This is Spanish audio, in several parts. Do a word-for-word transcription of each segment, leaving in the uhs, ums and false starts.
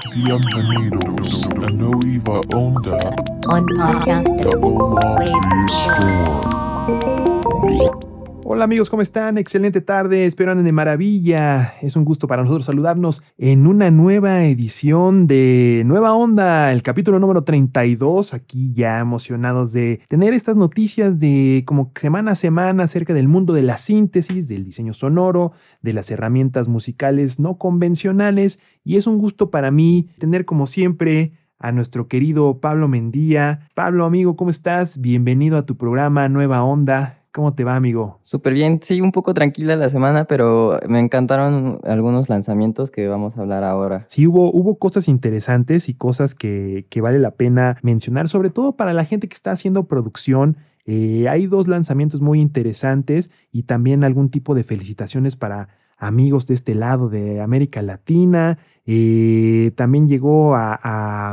Bienvenidos a Nueva Onda, on podcast the Wave Store. Hola amigos, ¿cómo están? Excelente tarde, espero anden de maravilla. Es un gusto para nosotros saludarnos en una nueva edición de Nueva Onda, el capítulo número treinta y dos. Aquí ya emocionados de tener estas noticias de como semana a semana acerca del mundo de la síntesis, del diseño sonoro, de las herramientas musicales no convencionales. Y es un gusto para mí tener como siempre a nuestro querido Pablo Mendía. Pablo, amigo, ¿cómo estás? Bienvenido a tu programa Nueva Onda. ¿Cómo te va, amigo? Súper bien, sí, un poco tranquila la semana, pero me encantaron algunos lanzamientos que vamos a hablar ahora. Sí, hubo, hubo cosas interesantes y cosas que, que vale la pena mencionar, sobre todo para la gente que está haciendo producción. Eh, hay dos lanzamientos muy interesantes y también algún tipo de felicitaciones para amigos de este lado de América Latina. Eh, también llegó a, a,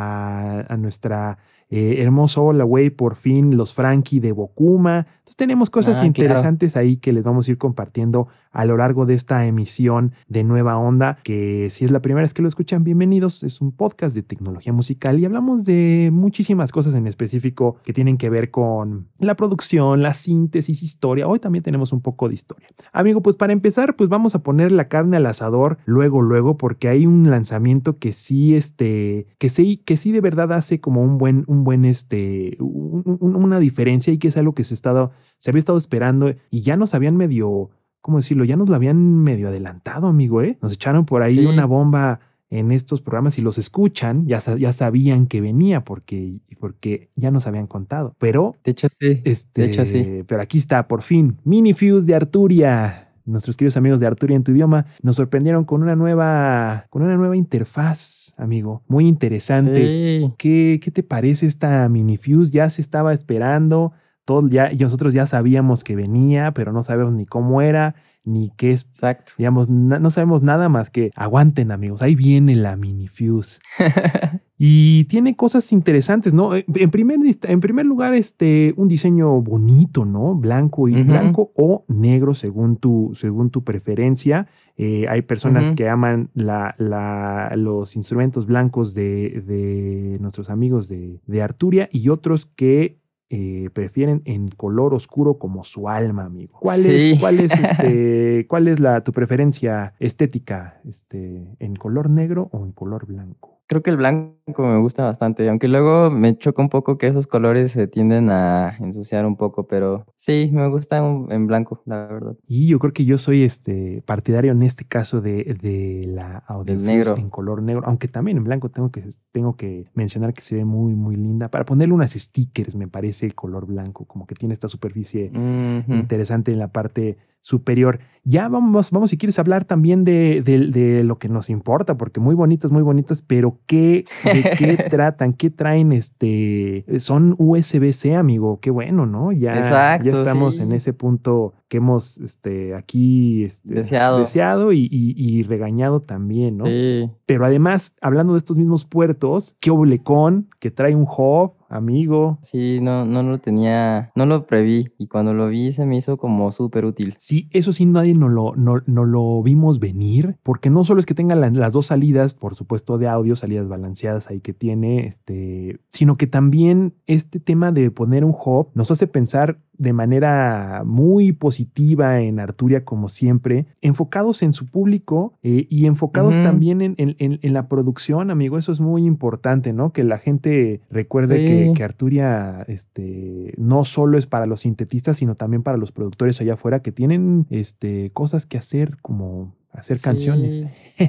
a, a nuestra eh, hermosa Hola, güey, por fin los Frankie de Bokuma. Entonces tenemos cosas Ah, interesantes claro. ahí que les vamos a ir compartiendo a lo largo de esta emisión de Nueva Onda, que si es la primera vez que lo escuchan, bienvenidos. Es un podcast de tecnología musical y hablamos de muchísimas cosas en específico que tienen que ver con la producción, la síntesis, historia. Hoy también tenemos un poco de historia. Amigo, pues para empezar, pues vamos a poner la carne al asador luego, luego, porque hay un lanzamiento que sí, este, que sí, que sí de verdad hace como un buen, un buen, este, un, un, una diferencia y que es algo que se, estado, se había estado esperando y ya nos habían medio, ¿cómo decirlo? Ya nos lo habían medio adelantado, amigo, ¿eh? Nos echaron por ahí sí. una bomba en estos programas y los escuchan, ya, ya sabían que venía porque, porque ya nos habían contado. Pero, de hecho sí, este, de hecho sí. Pero aquí está, por fin, Minifuse de Arturia. Nuestros queridos amigos de Arturia en tu idioma nos sorprendieron con una nueva, con una nueva interfaz, amigo, muy interesante. Sí. ¿Qué, ¿Qué te parece esta Minifuse? Ya se estaba esperando, todos ya, y nosotros ya sabíamos que venía, pero no sabemos ni cómo era, ni qué es. Exacto. Digamos, na, no sabemos nada más que aguanten, amigos, ahí viene la Minifuse. Y tiene cosas interesantes, ¿no? En primer, en primer lugar, este, un diseño bonito, ¿no? Blanco y uh-huh. blanco o negro según tu, según tu preferencia. Eh, hay personas uh-huh. que aman la, la, los instrumentos blancos de, de nuestros amigos de, de Arturia y otros que Eh, prefieren en color oscuro como su alma, amigo. ¿Cuál sí. es, cuál es, este, cuál es la, tu preferencia estética? Este, ¿en color negro o en color blanco? Creo que el blanco me gusta bastante, aunque luego me choca un poco que esos colores se tienden a ensuciar un poco, pero sí, me gusta en blanco, la verdad. Y yo creo que yo soy este partidario en este caso de, de la Audiofuse en color negro, aunque también en blanco tengo que, tengo que mencionar que se ve muy, muy linda. Para ponerle unas stickers me parece el color blanco, como que tiene esta superficie uh-huh. interesante en la parte superior. Ya vamos, vamos si quieres hablar también de, de, de lo que nos importa, porque muy bonitas, muy bonitas, pero ¿qué, ¿de qué tratan? ¿Qué traen? Este, son U S B-C, amigo, qué bueno, ¿no? Ya, Exacto, ya estamos sí. en ese punto que hemos este, aquí este, deseado, deseado y, y, y regañado también, ¿no? Sí. Pero además, hablando de estos mismos puertos, ¿qué oblecón? Que trae un hub, amigo. Sí, no, no lo tenía, no lo preví y cuando lo vi se me hizo como súper útil. Sí, eso sí nadie no lo, no, no lo vimos venir, porque no solo es que tenga la, las dos salidas, por supuesto de audio, salidas balanceadas ahí que tiene, este, sino que también este tema de poner un hub nos hace pensar de manera muy positiva en Arturia como siempre, enfocados en su público eh, y enfocados uh-huh. también en, en, en la producción, amigo, eso es muy importante, ¿no? Que la gente recuerde sí. que, que Arturia este, no solo es para los sintetistas, sino también para los productores allá afuera que tienen este, cosas que hacer como hacer sí. canciones.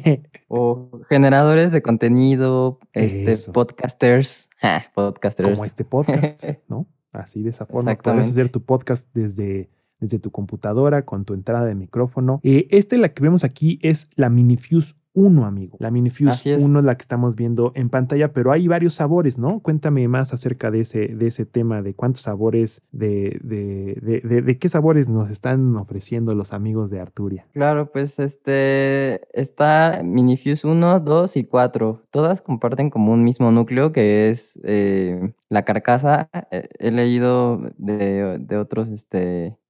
O generadores de contenido, este, podcasters, ja, podcasters. Como este podcast, ¿no? Así de esa forma puedes hacer tu podcast desde, desde tu computadora con tu entrada de micrófono. Eh, esta, la que vemos aquí, es la Minifuse uno, amigo. La Minifuse es. uno es la que estamos viendo en pantalla, pero hay varios sabores, ¿no? Cuéntame más acerca de ese, de ese tema, de cuántos sabores, de, de, de, de, de qué sabores nos están ofreciendo los amigos de Arturia. Claro, pues este está Minifuse uno, dos y cuatro. Todas comparten como un mismo núcleo que es eh, la carcasa. He leído de, de otros este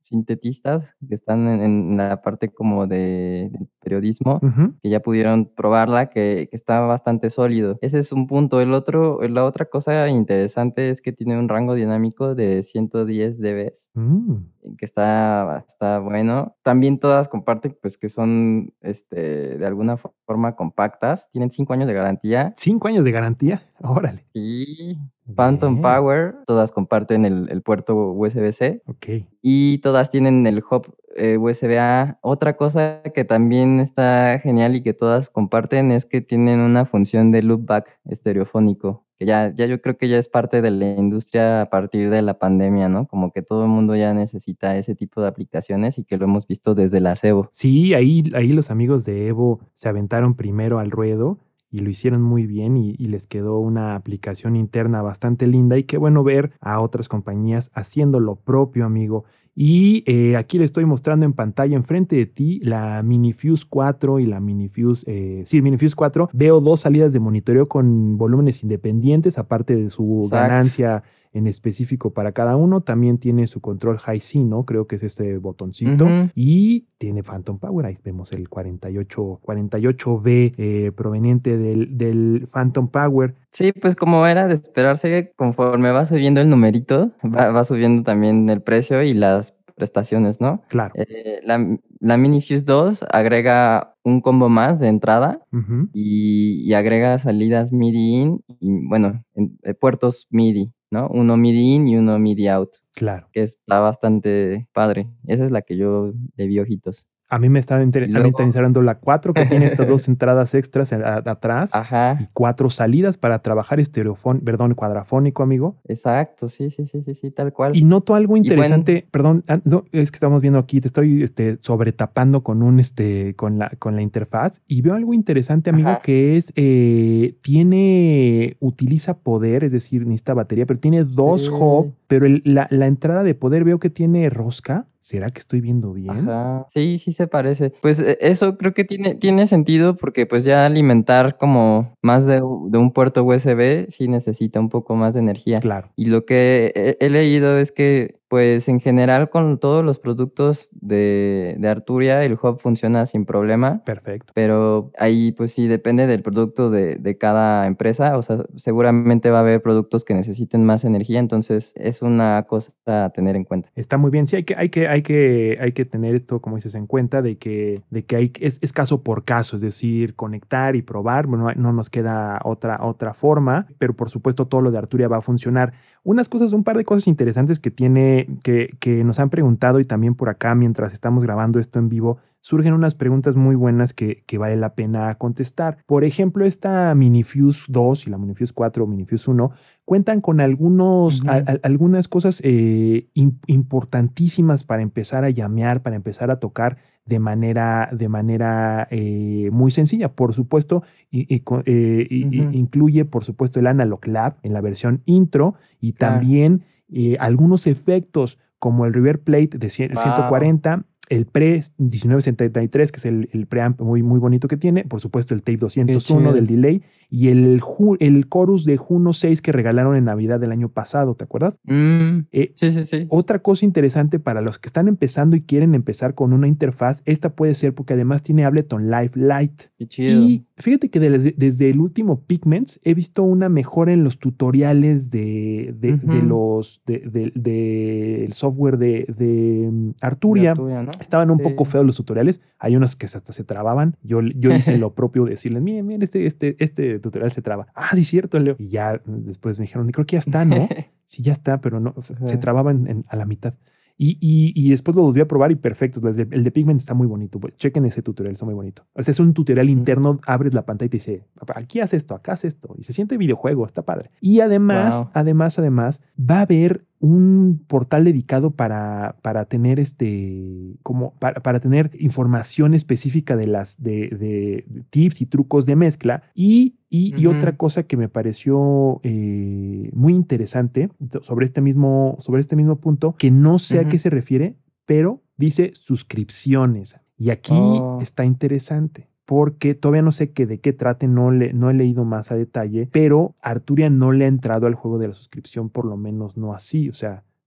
sintetistas que están en, en la parte como de, del periodismo, Ujú. que ya pudieron probarla, que, que está bastante sólido. Ese es un punto. El otro, la otra cosa interesante es que tiene un rango dinámico de ciento diez decibelios, Mm. que está, está bueno. También todas comparten, pues, que son, este, de alguna fo- forma compactas. Tienen cinco años de garantía. ¿Cinco años de garantía? Órale. Y Phantom Bien. Power, todas comparten el, el puerto U S B-C. Ok. Y todas tienen el hub eh, U S B-A. Otra cosa que también está genial y que todas comparten es que tienen una función de loopback estereofónico, que ya, ya yo creo que ya es parte de la industria a partir de la pandemia, ¿no? Como que todo el mundo ya necesita ese tipo de aplicaciones y que lo hemos visto desde la S E O. Sí, ahí, ahí los amigos de Evo se aventaron primero al ruedo y lo hicieron muy bien y, y les quedó una aplicación interna bastante linda y qué bueno ver a otras compañías haciendo lo propio, amigo. Y eh, aquí le estoy mostrando en pantalla enfrente de ti la Minifuse cuatro y la Minifuse, eh, sí, Minifuse cuatro. Veo dos salidas de monitoreo con volúmenes independientes, aparte de su Exacto. ganancia en específico para cada uno. También tiene su control Hi-C, ¿no? Creo que es este botoncito. Ujú. Y tiene Phantom Power. Ahí vemos el cuarenta y ocho, cuarenta y ocho B eh, proveniente del, del Phantom Power. Sí, pues como era de esperarse, conforme va subiendo el numerito, va, va subiendo también el precio y las prestaciones, ¿no? Claro. Eh, la, la Minifuse dos agrega un combo más de entrada Ujú. y, y agrega salidas MIDI in y, bueno, en- eh, puertos MIDI, ¿no? Uno MIDI in y uno MIDI out, Claro. que está bastante padre. Esa es la que yo le vi ojitos. A mí me está inter- Y también luego, interesando la cuatro, que tiene estas dos entradas extras a- a- atrás y ajá, cuatro salidas para trabajar estereofón, perdón, cuadrafónico, amigo. exacto, sí, sí, sí, sí, sí, tal cual. Y noto algo Y bueno, interesante, perdón, ah, no, es que estamos viendo aquí, te estoy este, sobretapando con un este, con la, con la interfaz y veo algo interesante, amigo, ajá, que es, eh, tiene, utiliza poder, es decir, necesita batería, pero tiene dos hub, sí. pero el- la, la entrada de poder veo que tiene rosca. ¿Será que estoy viendo bien? Ajá, sí, sí se parece. Pues e- eso creo que tiene, tiene sentido porque pues ya alimentar como más de, u- de un puerto U S B sí necesita un poco más de energía. Claro. Y lo que he, he leído es que pues en general con todos los productos de, de Arturia el hub funciona sin problema. Perfecto. Pero ahí pues sí depende del producto de, de cada empresa, o sea, seguramente va a haber productos que necesiten más energía, entonces es una cosa a tener en cuenta. Está muy bien. Sí, hay que, hay que, hay que, hay que tener esto, como dices, en cuenta de que, de que hay, es, es caso por caso, es decir, conectar y probar. Bueno, no nos queda otra, otra forma, pero por supuesto todo lo de Arturia va a funcionar. Unas cosas, un par de cosas interesantes que tiene, que, que nos han preguntado y también por acá mientras estamos grabando esto en vivo, surgen unas preguntas muy buenas que, que vale la pena contestar. Por ejemplo, esta Minifuse dos y la Minifuse cuatro o Minifuse uno cuentan con algunos, Ujú. a, a, algunas cosas eh, in, importantísimas para empezar a llamear, para empezar a tocar de manera, de manera eh, muy sencilla. Por supuesto, y, y, eh, y, Ujú. incluye, por supuesto, el Analog Lab en la versión intro y Claro. también eh, algunos efectos como el Reverb Plate de cien, Wow. ciento cuarenta, el Pre diecinueve setenta y tres, que es el, el preamp muy, muy bonito que tiene, por supuesto el Tape doscientos uno del delay y el, el Chorus de Juno seis que regalaron en Navidad del año pasado, ¿te acuerdas? Mm, Eh, sí, sí, sí. Otra cosa interesante para los que están empezando y quieren empezar con una interfaz, esta puede ser porque además tiene Ableton Live Lite. Qué chido. Y fíjate que de, desde el último Pigments he visto una mejora en los tutoriales de, de, Ujú. de los del de, de, de software de, de um, Arturia. De Arturia, ¿no? Estaban un Sí. poco feos los tutoriales. Hay unos que hasta se trababan. Yo, yo hice lo propio de decirles, miren, miren, este, este, este tutorial se traba. Ah, sí, cierto, Leo. Y ya después me dijeron, creo que ya está, ¿no? Sí, ya está, pero no, se Ajá. trababan en, a la mitad. Y, y, y después lo volví a probar y perfecto. El de Pigment está muy bonito. Chequen ese tutorial, está muy bonito. O sea, es un tutorial interno. Ujú. Abres la pantalla y te dice, aquí haz esto, acá haz esto. Y se siente videojuego, está padre. Y además, Wow. además, además, va a haber un portal dedicado para, para tener este, como para, para tener información específica de las de, de, de tips y trucos de mezcla. Y, y, Ujú. y otra cosa que me pareció eh, muy interesante sobre este mismo, sobre este mismo punto, que no sé Ujú. a qué se refiere, pero dice suscripciones. Y aquí Oh. está interesante. Porque todavía no sé qué, de qué trate, no, le, no he leído más a detalle, pero Arturia no le ha entrado al juego de la suscripción, por lo menos no así. O sea,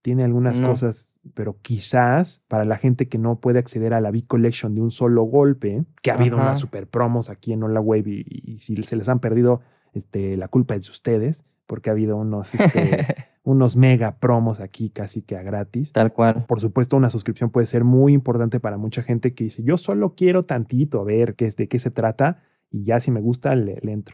tiene algunas No. cosas, pero quizás para la gente que no puede acceder a la V-Collection de un solo golpe, que ha habido Ajá. unas super promos aquí en Hola Wave y, y si se les han perdido, este, la culpa es de ustedes, porque ha habido unos, este, unos mega promos aquí casi que a gratis. Tal cual. Por supuesto, una suscripción puede ser muy importante para mucha gente que dice, yo solo quiero tantito, a ver qué es, de qué se trata, y ya si me gusta le, le entro.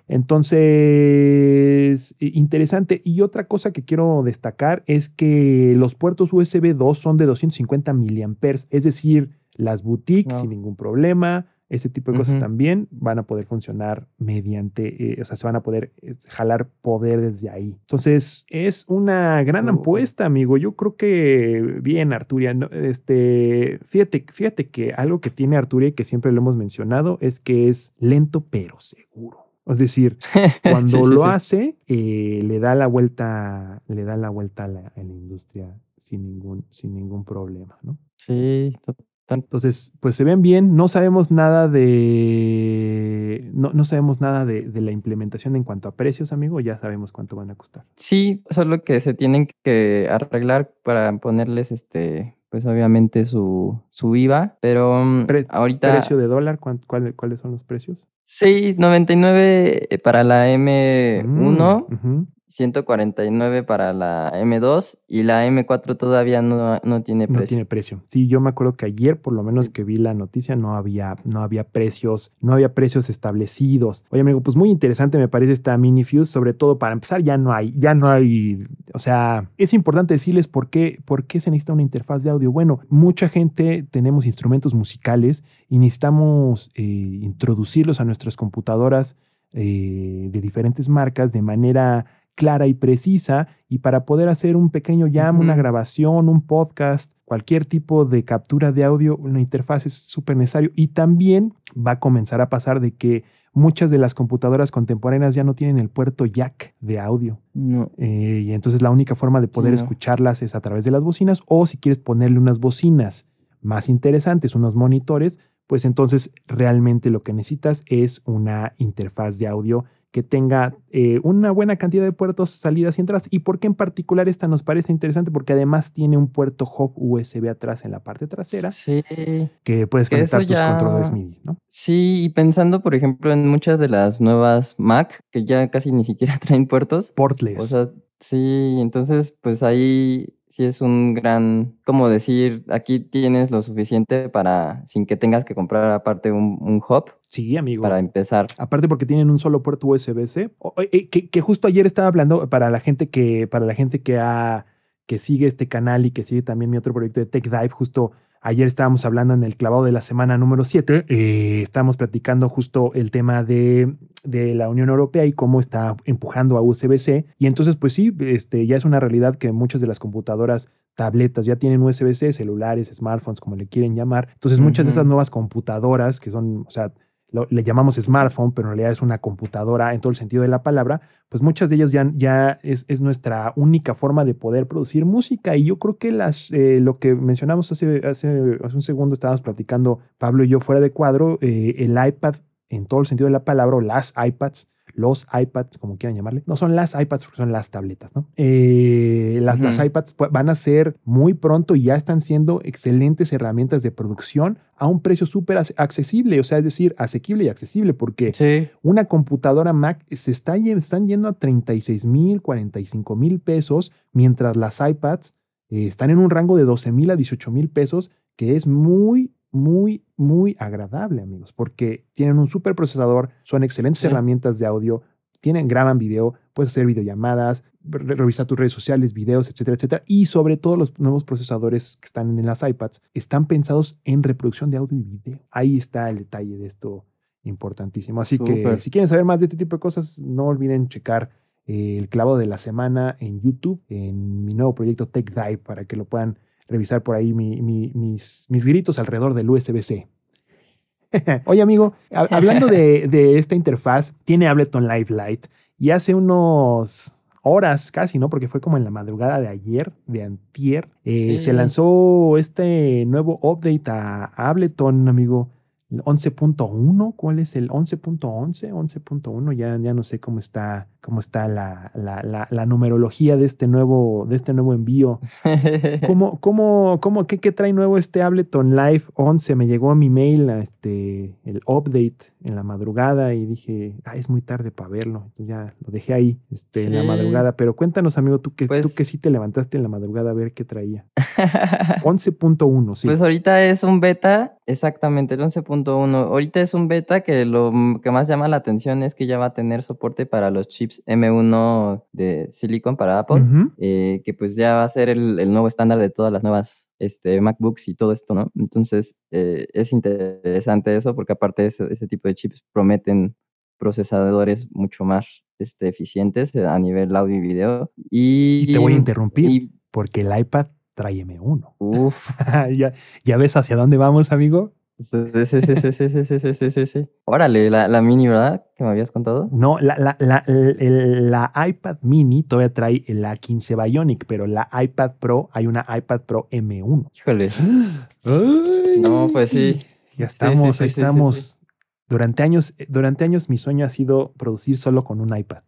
Entonces, interesante. Y otra cosa que quiero destacar es que los puertos U S B dos son de doscientos cincuenta miliamperes, es decir, las boutiques No. sin ningún problema. Ese tipo de cosas Ujú. también van a poder funcionar mediante, eh, o sea, se van a poder eh, jalar poder desde ahí. Entonces, es una gran Uh. apuesta, amigo. Yo creo que bien, Arturia. ¿no? Este, fíjate, fíjate que algo que tiene Arturia y que siempre lo hemos mencionado es que es lento pero seguro. Es decir, cuando Sí, sí, lo sí. hace, eh, le da la vuelta, le da la vuelta a la, a la industria sin ningún, sin ningún problema, ¿no? Sí, total. Entonces, pues se ven bien. No sabemos nada de. No, no sabemos nada de, de la implementación en cuanto a precios, amigo. Ya sabemos cuánto van a costar. Sí, solo que se tienen que arreglar para ponerles este, pues obviamente su, su I V A, pero mm, Pre- ahorita Precio de dólar, ¿cuán- cuál- ¿cuáles son los precios? sí, noventa y nueve para la M uno, Mm, ujú. ciento cuarenta y nueve para la M dos y la M cuatro todavía no, no tiene No precio. tiene precio. Sí, yo me acuerdo que ayer, por lo menos Sí. que vi la noticia, no había, no había precios, no había precios establecidos. Oye, amigo, pues muy interesante me parece esta Minifuse, sobre todo para empezar, ya no hay, ya no hay, o sea, es importante decirles por qué, por qué se necesita una interfaz de audio. Bueno, mucha gente tenemos instrumentos musicales y necesitamos eh, introducirlos a nuestras computadoras eh, de diferentes marcas de manera clara y precisa, y para poder hacer un pequeño jam, Ujú. una grabación, un podcast, cualquier tipo de captura de audio, una interfaz es súper necesario. Y también va a comenzar a pasar de que muchas de las computadoras contemporáneas ya no tienen el puerto jack de audio. No. Eh, y entonces la única forma de poder Sí, no. escucharlas es a través de las bocinas, o si quieres ponerle unas bocinas más interesantes, unos monitores, pues entonces realmente lo que necesitas es una interfaz de audio que tenga eh, una buena cantidad de puertos, salidas y entradas. ¿Y por qué en particular esta nos parece interesante? Porque además tiene un puerto hub U S B atrás en la parte trasera Sí. que puedes Que conectar eso tus ya- controladores MIDI, ¿no? Sí, y pensando, por ejemplo, en muchas de las nuevas Mac, que ya casi ni siquiera traen puertos. Portless. O sea, sí, entonces, pues ahí sí es un gran, como decir, aquí tienes lo suficiente para, sin que tengas que comprar aparte un, un hub sí, amigo. para empezar. Aparte porque tienen un solo puerto U S B-C. O- eh, que, que justo ayer estaba hablando para la gente que, para la gente que ha, que sigue este canal y que sigue también mi otro proyecto de Tech Dive. Justo ayer estábamos hablando en el clavado de la semana número siete. Eh, estábamos platicando justo el tema de, de la Unión Europea y cómo está empujando a U S B-C. Y entonces, pues sí, este, ya es una realidad que muchas de las computadoras, tabletas, ya tienen U S B-C, celulares, smartphones, como le quieren llamar. Entonces, muchas de Ujú. esas nuevas computadoras que son, o sea, lo, le llamamos smartphone, pero en realidad es una computadora en todo el sentido de la palabra, pues muchas de ellas ya, ya es, es nuestra única forma de poder producir música. Y yo creo que las, eh, lo que mencionamos hace, hace, hace un segundo, estábamos platicando Pablo y yo fuera de cuadro, eh, el iPad en todo el sentido de la palabra, o las iPads, los iPads, como quieran llamarle. No son las iPads porque son las tabletas, ¿no? Eh, las, Ujú. las iPads van a ser muy pronto y ya están siendo excelentes herramientas de producción a un precio súper accesible, o sea, es decir, asequible y accesible, porque Sí, una computadora Mac se está, están yendo a treinta y seis mil, cuarenta y cinco mil pesos, mientras las iPads eh, están en un rango de doce mil a dieciocho mil pesos, que es muy, muy, muy agradable, amigos, porque tienen un super procesador, son excelentes Sí. herramientas de audio, tienen, graban video, puedes hacer videollamadas, re- revisar tus redes sociales, videos, etcétera, etcétera. Y sobre todo los nuevos procesadores que están en las iPads están pensados en reproducción de audio y video. Ahí está el detalle de esto importantísimo. Así que Súper. si quieren saber más de este tipo de cosas, no olviden checar eh, el clavado de la semana en YouTube, en mi nuevo proyecto Tech Dive, para que lo puedan revisar por ahí mi- mi- mis, mis gritos alrededor del U S B-C. Oye, amigo, hab- hablando de, de esta interfaz, tiene Ableton Live Lite y hace unos horas casi, ¿no? Porque fue como en la madrugada de ayer, de antier, eh, Sí. se lanzó este nuevo update a Ableton, amigo. el once punto uno, ¿cuál es el once punto once? once punto uno, ya, ya no sé cómo está, cómo está la, la, la, la numerología de este nuevo, de este nuevo envío. ¿Cómo, cómo, cómo, qué, qué trae nuevo este Ableton Live once? Me llegó a mi mail este, el update en la madrugada y dije, ah, es muy tarde para verlo. Entonces ya lo dejé ahí este, Sí. en la madrugada. Pero cuéntanos, amigo, tú que, Pues- tú que sí te levantaste en la madrugada a ver qué traía. once punto uno, sí. Pues ahorita es un beta, exactamente, el once punto uno. Ahorita es un beta que lo m- que más llama la atención es que ya va a tener soporte para los chips M uno de Silicon para Apple, Ujú. eh, que pues ya va a ser el, el nuevo estándar de todas las nuevas este, MacBooks y todo esto, ¿no? Entonces eh, es interesante eso porque aparte ese, ese tipo de chips prometen procesadores mucho más este, eficientes eh, a nivel audio y video. Y, Y te voy a interrumpir y, porque el iPad trae M uno. uf, ¿Ya, ¿Ya ves hacia dónde vamos, amigo? Sí, sí, sí, sí, sí, sí, sí, sí, sí, sí, sí. Órale, la, la mini, ¿verdad? Que me habías contado. No, la, la, la, el- la iPad mini todavía trae el A quince Bionic, pero la iPad Pro, hay una iPad Pro M uno. Híjole. Ay, No, pues sí. Ya Sí, estamos, sí, ahí sí, sí, sí, estamos. Durante años, durante años mi sueño ha sido producir solo con un iPad.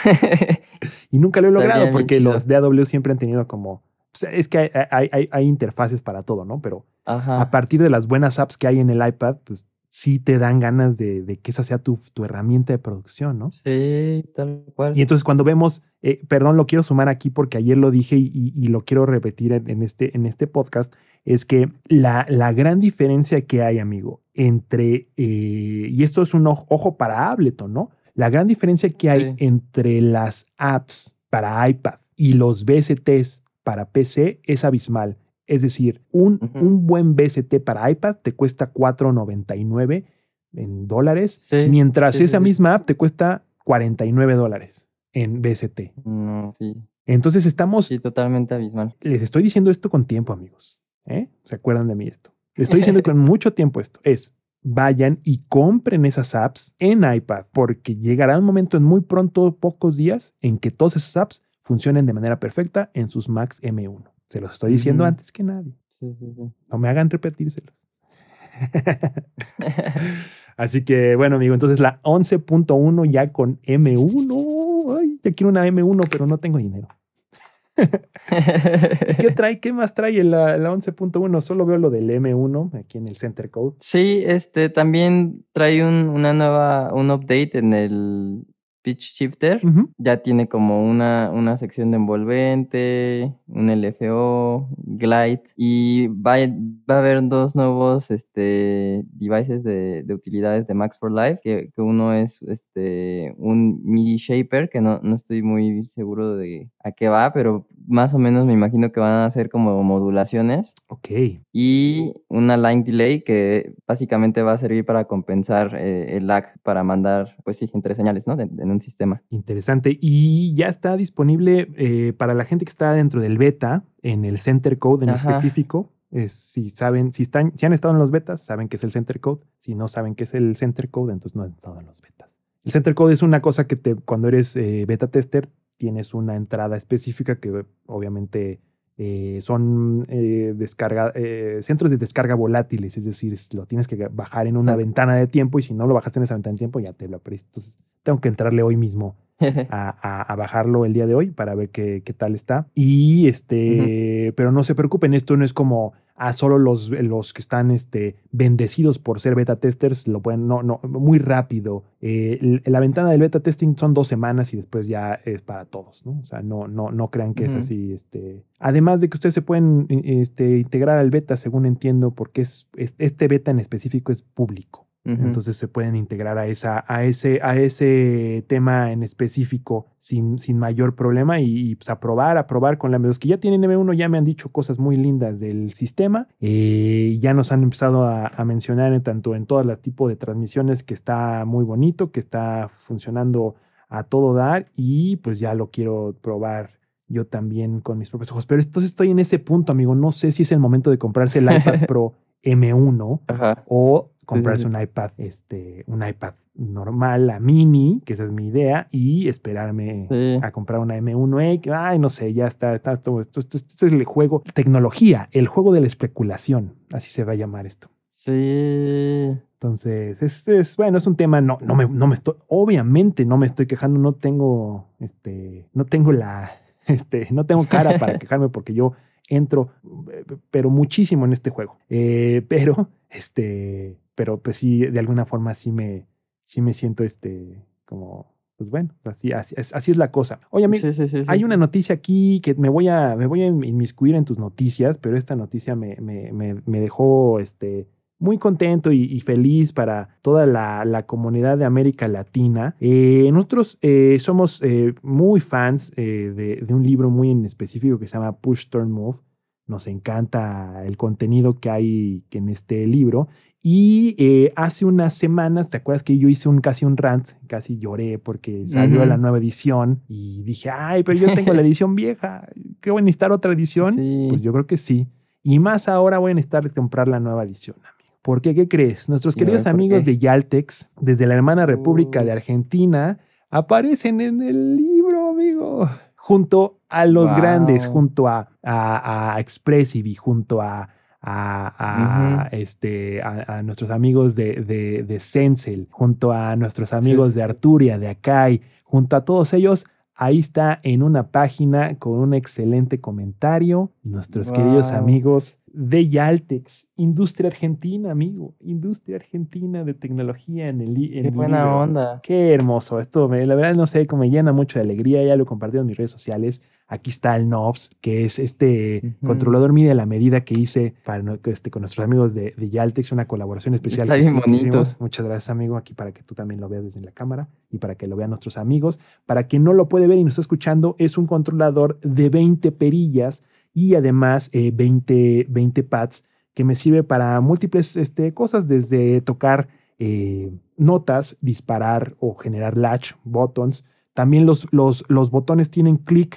Y nunca lo he Estaría logrado bien porque chido. los D A W siempre han tenido como... pues, es que hay, hay, hay- hay interfaces para todo, ¿no? Pero a Ajá. partir de las buenas apps que hay en el iPad, pues sí te dan ganas de, de que esa sea tu, tu herramienta de producción, ¿no? Sí, tal cual. Y entonces cuando vemos, eh, perdón, lo quiero sumar aquí porque ayer lo dije y, y- y lo quiero repetir en, en este, en este podcast, es que la, la gran diferencia que hay, amigo, entre, eh, y esto es un ojo, ojo para Ableton, ¿no? La gran diferencia que hay Sí. entre las apps para iPad y los V S Ts para P C es abismal. Es decir, un, Ujú. un buen V S T para iPad te cuesta cuatro noventa y nueve en dólares, Sí, mientras sí, sí, esa sí. misma app te cuesta cuarenta y nueve dólares en V S T. No, sí. Entonces estamos, Sí, totalmente abismal. les estoy diciendo esto con tiempo, amigos. ¿Eh? ¿Se acuerdan de mí esto? Les estoy diciendo con mucho tiempo esto. Es, vayan y compren esas apps en iPad, porque llegará un momento en muy pronto, pocos días, en que todas esas apps funcionen de manera perfecta en sus Macs M uno. Se los estoy diciendo Ujú. antes que nadie. Sí, sí, sí. No me hagan repetírselos. Así que bueno, amigo, entonces la once punto uno ya con M uno. Ay, ya quiero una M uno, pero no tengo dinero. ¿Y qué trae? ¿Qué más trae la, la once punto uno? Solo veo lo del M uno aquí en el Center Code. Sí, este también trae un, una nueva, un update en el Pitch Shifter. Ujú. Ya tiene como una, una sección de envolvente, un L F O, Glide, y va, a- va a haber dos nuevos este, devices de, de utilidades de Max for Life, que, que uno es este, un MIDI Shaper, que no, no estoy muy seguro de a qué va, pero más o menos me imagino que van a ser como modulaciones, Ok, y una line delay que básicamente va a servir para compensar eh, el lag para mandar, pues sí, entre señales, ¿no? De- de- en un sistema. interesante. Y ya está disponible eh, para la gente que está dentro del beta, en el Center Code en Ajá. específico. Es, si saben, si, están, si han estado en los betas, saben que es el Center Code. Si no saben qué es el Center Code, entonces no han estado en los betas. El Center Code es una cosa que te, cuando eres eh, beta tester, tienes una entrada específica que obviamente eh, son eh, descarga, eh, centros de descarga volátiles, es decir, es- lo tienes que bajar en una Ajá. ventana de tiempo y si no lo bajaste en esa ventana de tiempo ya te lo perdiste. Entonces tengo que entrarle hoy mismo a, a- a bajarlo el día de hoy para ver qué, qué tal está. Y este, pero no se preocupen, esto no es como a solo los, los que están este, bendecidos por ser beta testers, lo pueden, no, no, muy rápido. Eh, l- la ventana del beta testing son dos semanas y después ya es para todos, ¿no? O sea, no, no, no crean que es Ujú. así. Este. Además de que ustedes se pueden eh, este, integrar al beta, según entiendo, porque es, es- este beta en específico es público. Ujú. Entonces se pueden integrar a, esa, a, ese, a ese tema en específico sin, sin mayor problema y, y, pues a probar, a probar con la los que ya tienen M uno ya me han dicho cosas muy lindas del sistema. Eh, ya nos han empezado a, a mencionar en, tanto en todas las tipos de transmisiones que está muy bonito, que está funcionando a todo dar y pues ya lo quiero probar yo también con mis propios ojos. Pero entonces estoy en ese punto, amigo. No sé si es el momento de comprarse el iPad Pro M uno Ajá. o Sí, sí, comprarse sí. un iPad, este, un iPad normal, la mini, que esa es mi idea, y esperarme Sí. a comprar una M uno E, que, ay, no sé, ya está, está, esto, esto, esto, esto es el juego, tecnología, el juego de la especulación, así se va a llamar esto. Sí. Entonces, es, es bueno, es un tema, no, no me, no me estoy, obviamente no me estoy quejando, no tengo, este, no tengo la, este, no tengo cara para quejarme porque yo entro, pero muchísimo en este juego. Eh, pero, este, pero pues sí, de alguna forma sí me, sí me siento, este, como, pues bueno, así, así, así es la cosa. Oye, amigo, Sí, sí, sí, sí. hay una noticia aquí que me voy a, me voy a inmiscuir en tus noticias, pero esta noticia me, me, me, me dejó, este, muy contento y, y feliz para toda la, la comunidad de América Latina. Eh, nosotros eh, somos eh, muy fans eh, de, de un libro muy en específico que se llama Push Turn Move. Nos encanta el contenido que hay en este libro. Y eh, hace unas semanas, ¿te acuerdas que yo hice un casi un rant? Casi lloré porque salió Ujú. la nueva edición y dije, ay, pero yo tengo la edición vieja. ¿Qué voy a necesitar otra edición? Sí. Pues yo creo que sí. Y más ahora voy a necesitar comprar la nueva edición, amigo. ¿Por qué? ¿Qué crees? Nuestros Y a queridos ver, ¿por amigos qué? de Yaltex, desde la hermana República Uh, de Argentina, aparecen en el libro, amigo. Junto a los grandes, wow. junto a, a, a Expressive, junto a, a, a, Ujú. este, a, a nuestros amigos de, de, de Sensel, junto a nuestros Sí, amigos sí, de sí. Arturia, de Akai, junto a todos ellos. Ahí está en una página con un excelente comentario. Nuestros queridos Wow. amigos de Yaltex, industria argentina, amigo, industria argentina de tecnología en el, li- en Qué el buena libro. onda. Qué hermoso. Esto, me, la verdad, no sé, cómo me llena mucho de alegría. Ya lo he compartido en mis redes sociales. Aquí está el Knobs, que es este Ujú. controlador MIDI a la medida que hice para, no- este, con nuestros amigos de, de Yaltex, una colaboración especial Está que, bien sí, que bonito. hicimos. Muchas gracias, amigo, aquí para que tú también lo veas desde la cámara y para que lo vean nuestros amigos. Para quien no lo puede ver y nos está escuchando, es un controlador de veinte perillas y además eh, veinte, veinte pads que me sirve para múltiples este, cosas, desde tocar eh, notas, disparar o generar latch, buttons. También los, los, los botones tienen clic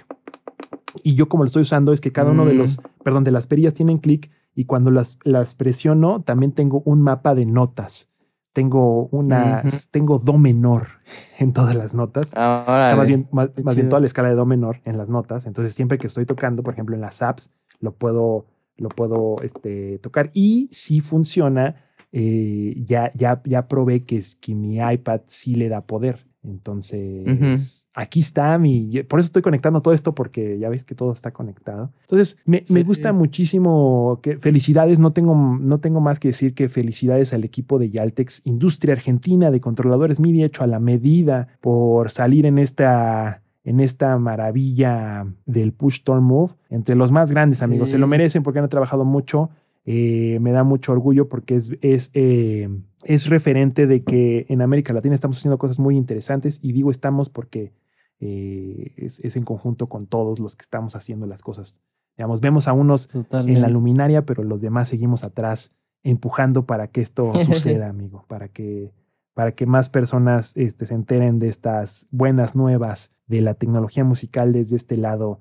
y yo como lo estoy usando es que cada uno de los, Mm, perdón, de las perillas tienen clic y cuando las, las presiono también tengo un mapa de notas. Tengo una, ujú. tengo do menor en todas las notas. Ah, O sea, más bien, órale. más, Qué más bien toda chido. la escala de do menor en las notas. Entonces, siempre que estoy tocando, por ejemplo, en las apps, lo puedo, lo puedo este, tocar. Y si funciona, eh, ya, ya, ya probé que, es, que mi iPad sí le da poder. Ujú. Entonces, aquí está mi. Por eso estoy conectando todo esto, porque ya ves que todo está conectado. Entonces, me, me gusta Sí. muchísimo. Que, felicidades, no tengo, no tengo más que decir que felicidades al equipo de Yaltex, industria argentina de controladores MIDI hecho a la medida, por salir en esta. En esta maravilla del Push Turn Move, entre los más grandes, amigos. Se lo Sí. merecen porque han trabajado mucho. Eh, me da mucho orgullo porque es, es, eh, es referente de que en América Latina estamos haciendo cosas muy interesantes, y digo estamos porque eh, es, es en conjunto con todos los que estamos haciendo las cosas. Digamos, vemos a unos en la Totalmente. luminaria, pero los demás seguimos atrás empujando para que esto suceda, amigo, para que, para que más personas este, se enteren de estas buenas nuevas de la tecnología musical desde este lado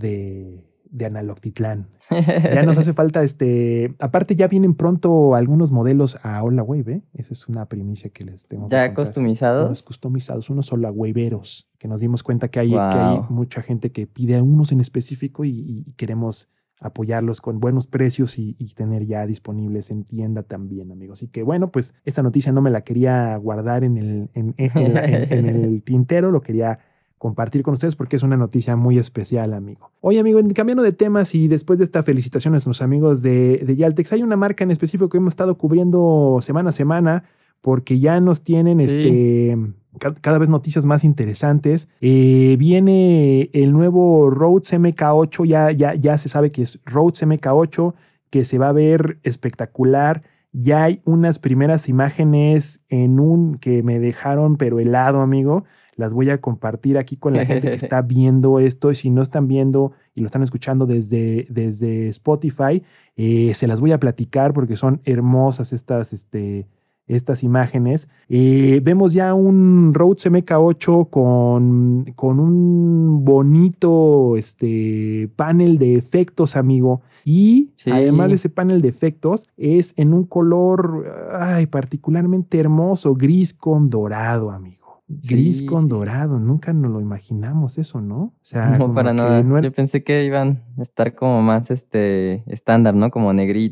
de, de Analoctitlán. Ya nos hace falta, este, aparte ya vienen pronto algunos modelos a HolaWave, ¿eh? Esa es una primicia que les tengo que ¿Ya contar. Unos customizados? customizados, unos HolaWaveeros, que nos dimos cuenta que hay, que hay Wow. mucha gente que pide unos en específico y, y queremos apoyarlos con buenos precios y, y tener ya disponibles en tienda también, amigos. Así que bueno, pues esta noticia no me la quería guardar en el, en, en, en la, en, en el tintero, lo quería compartir con ustedes porque es una noticia muy especial, amigo. Oye, amigo, cambiando de temas y después de esta felicitación a nuestros amigos de, de Yaltex, hay una marca en específico que hemos estado cubriendo semana a semana porque ya nos tienen Sí. este, cada vez noticias más interesantes. Eh, viene el nuevo Rhodes M K ocho, ya, ya, ya se sabe que es Rhodes M K ocho, que se va a ver espectacular. Ya hay unas primeras imágenes en un que me dejaron pero helado, amigo. Las voy a compartir aquí con la gente que está viendo esto. Y si no están viendo y lo están escuchando desde, desde Spotify, eh, se las voy a platicar porque son hermosas estas, este, estas imágenes. Eh, vemos ya un Rhodes M K ocho con, con un bonito este, panel de efectos, amigo. Y Sí. además de ese panel de efectos, es en un color ay, particularmente hermoso, gris con dorado, amigo. Gris Sí, con sí, sí. dorado, nunca nos lo imaginamos eso, ¿no? O sea, No, como para que nada. no era, Yo pensé que iban a estar como más este estándar, ¿no? Como negritos.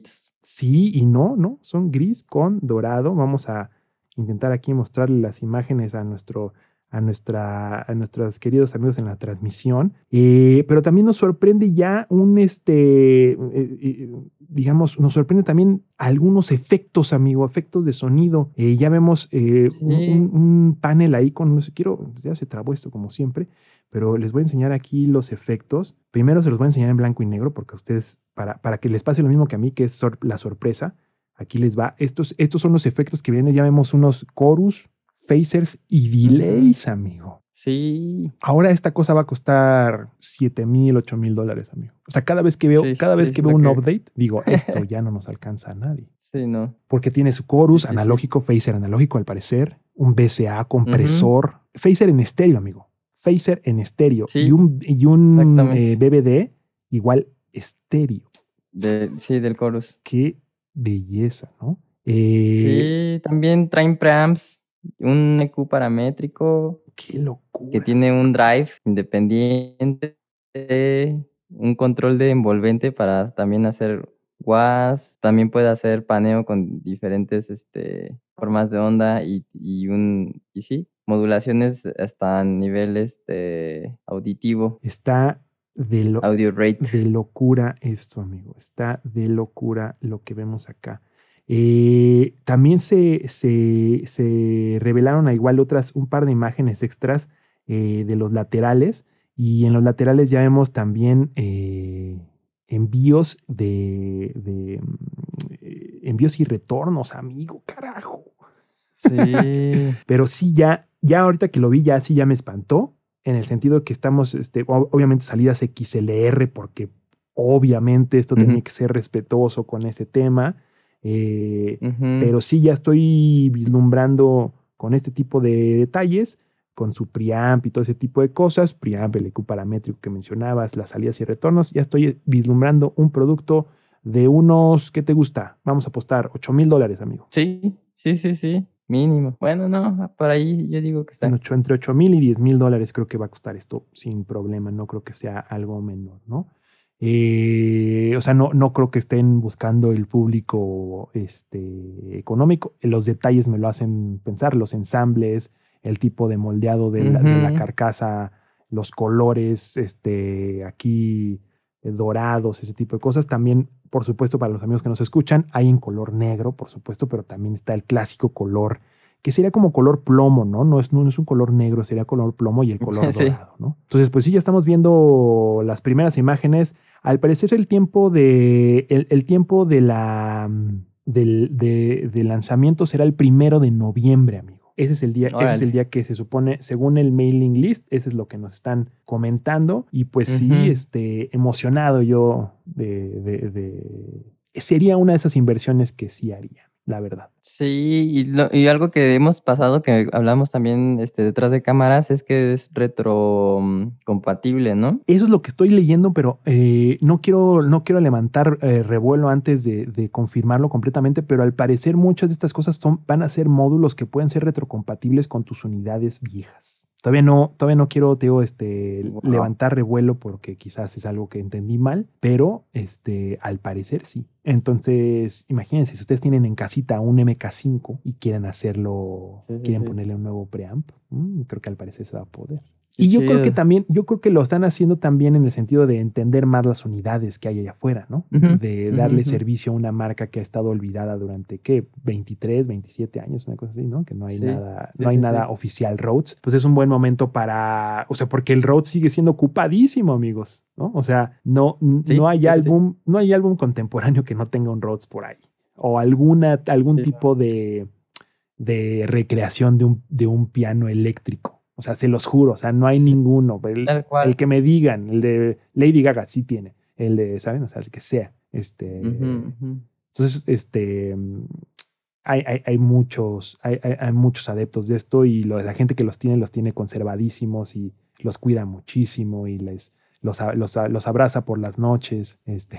sí y no, ¿no? Son gris con dorado. Vamos a intentar aquí mostrarle las imágenes a nuestro... a, nuestra, a nuestros queridos amigos en la transmisión, eh, pero también nos sorprende ya un, este, eh, eh, digamos, nos sorprende también algunos efectos, amigo, efectos de sonido. Eh, ya vemos eh, Sí. un, un panel ahí con, no sé, quiero, ya se trabó esto como siempre, pero les voy a enseñar aquí los efectos. Primero se los voy a enseñar en blanco y negro porque a ustedes, para, para que les pase lo mismo que a mí, que es sor- la sorpresa, aquí les va. Estos, estos son los efectos que vienen, ya vemos unos chorus, phasers y delays, amigo. Sí. Ahora esta cosa va a costar siete mil, ocho mil dólares, amigo. O sea, cada vez que veo, Sí, cada sí, vez es que lo veo un que- update, digo, esto ya no nos alcanza a nadie. Sí, no. Porque tiene su chorus Sí, sí, sí. analógico, phaser analógico al parecer, un V C A compresor, phaser en estéreo, amigo. Phaser en estéreo Sí, y un, y un exactamente. eh, B B D igual estéreo. De, sí, del chorus. Qué belleza, ¿no? Eh, Sí, también traen preamps, un E Q paramétrico Qué locura. que tiene un drive independiente, un control de envolvente para también hacer W A S, también puede hacer paneo con diferentes este, formas de onda y, y un y sí, modulaciones hasta a nivel este, auditivo, Está de, lo, audio rate. de locura esto, amigo. Está de locura lo que vemos acá. Eh, también se, se, se revelaron a igual otras, un par de imágenes extras eh, de los laterales. Y en los laterales ya vemos también eh, envíos de, de mm, eh, envíos y retornos, amigo, carajo. Sí. Pero sí, ya, ya ahorita que lo vi, ya sí ya me espantó, en el sentido que estamos, este, o- obviamente salidas X L R, porque obviamente esto Ujú. tenía que ser respetuoso con ese tema, eh, Ujú. pero sí ya estoy vislumbrando con este tipo de detalles, con su preamp y todo ese tipo de cosas, preamp, el E Q paramétrico que mencionabas, las salidas y retornos, ya estoy vislumbrando un producto de unos, ¿qué te gusta? Vamos a apostar ocho mil dólares, amigo. Sí, sí, sí, sí, mínimo. Bueno, no, por ahí yo digo que está. En ocho- entre ocho mil y diez mil dólares creo que va a costar esto sin problema. No creo que sea algo menor, ¿no? Eh, o sea, no, no creo que estén buscando el público este, económico. Los detalles me lo hacen pensar, los ensambles, el tipo de moldeado de la, de la Ujú. carcasa, los colores, este, aquí eh, dorados, ese tipo de cosas. También, por supuesto, para los amigos que nos escuchan, hay en color negro, por supuesto, pero también está el clásico color que sería como color plomo, ¿no? No es, no es un color negro, sería color plomo y el color Sí. dorado, ¿no? Entonces, pues sí, ya estamos viendo las primeras imágenes. Al parecer, el tiempo de. El, el tiempo de la. Del, de, de lanzamiento será el primero de noviembre, amigo. Ese es el día, ese es el Órale. día que se supone, según el mailing list, ese es lo que nos están comentando. Y pues sí, Ujú. este, emocionado yo de, de, de- Sería una de esas inversiones que sí haría, la verdad. Sí, y, lo- y algo que hemos pasado, que hablamos también este, detrás de cámaras, es que es retro mm, compatible, ¿no? Eso es lo que estoy leyendo, pero eh, no, quiero, no quiero levantar eh, revuelo antes de, de confirmarlo completamente, pero al parecer muchas de estas cosas son, van a ser módulos que pueden ser retrocompatibles con tus unidades viejas. Todavía no, todavía no quiero, Teo, este, Wow. levantar revuelo porque quizás es algo que entendí mal, pero este, al parecer sí. Entonces, imagínense, si ustedes tienen en casita un M K cinco y quieren hacerlo, Sí, sí, quieren sí. ponerle un nuevo preamp, mm, creo que al parecer se va a poder. Qué Y yo creo que chido. también, yo creo que lo están haciendo también en el sentido de entender más las unidades que hay allá afuera, ¿no? Ujú, De ujú, darle ujú. servicio a una marca que ha estado olvidada durante, ¿qué? veintitrés, veintisiete años, una cosa así, ¿no? Que no hay Sí, nada, sí, no hay sí, nada sí. oficial Rhodes. Pues es un buen momento para, o sea, porque el Rhodes sigue siendo ocupadísimo, amigos, ¿no? O sea, no, Sí, no hay sí, sí, sí. álbum, no hay álbum contemporáneo que no tenga un Rhodes por ahí. O alguna, algún Sí. tipo de, de recreación de un, de un piano eléctrico. O sea, se los juro, o sea, no hay Sí, ninguno. El, tal cual. el que me digan, el de Lady Gaga sí tiene, el de, ¿saben? O sea, el que sea. Este, Ujú, ujú. entonces, este, hay, hay, hay muchos, hay, hay, hay muchos adeptos de esto y lo, la gente que los tiene, los tiene conservadísimos y los cuida muchísimo y les, los, a- los, a- los abraza por las noches. Este.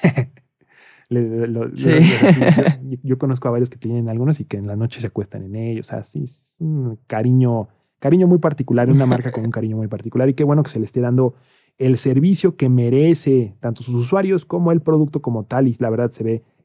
Le- lo- lo- Sí. lo- yo, yo- yo conozco a varios que tienen algunos y que en la noche se acuestan en ellos. O sea, sí, es un cariño, cariño muy particular, una marca con un cariño muy particular. Y qué bueno que se le esté dando el servicio que merece tanto sus usuarios como el producto como tal. Y la verdad se ve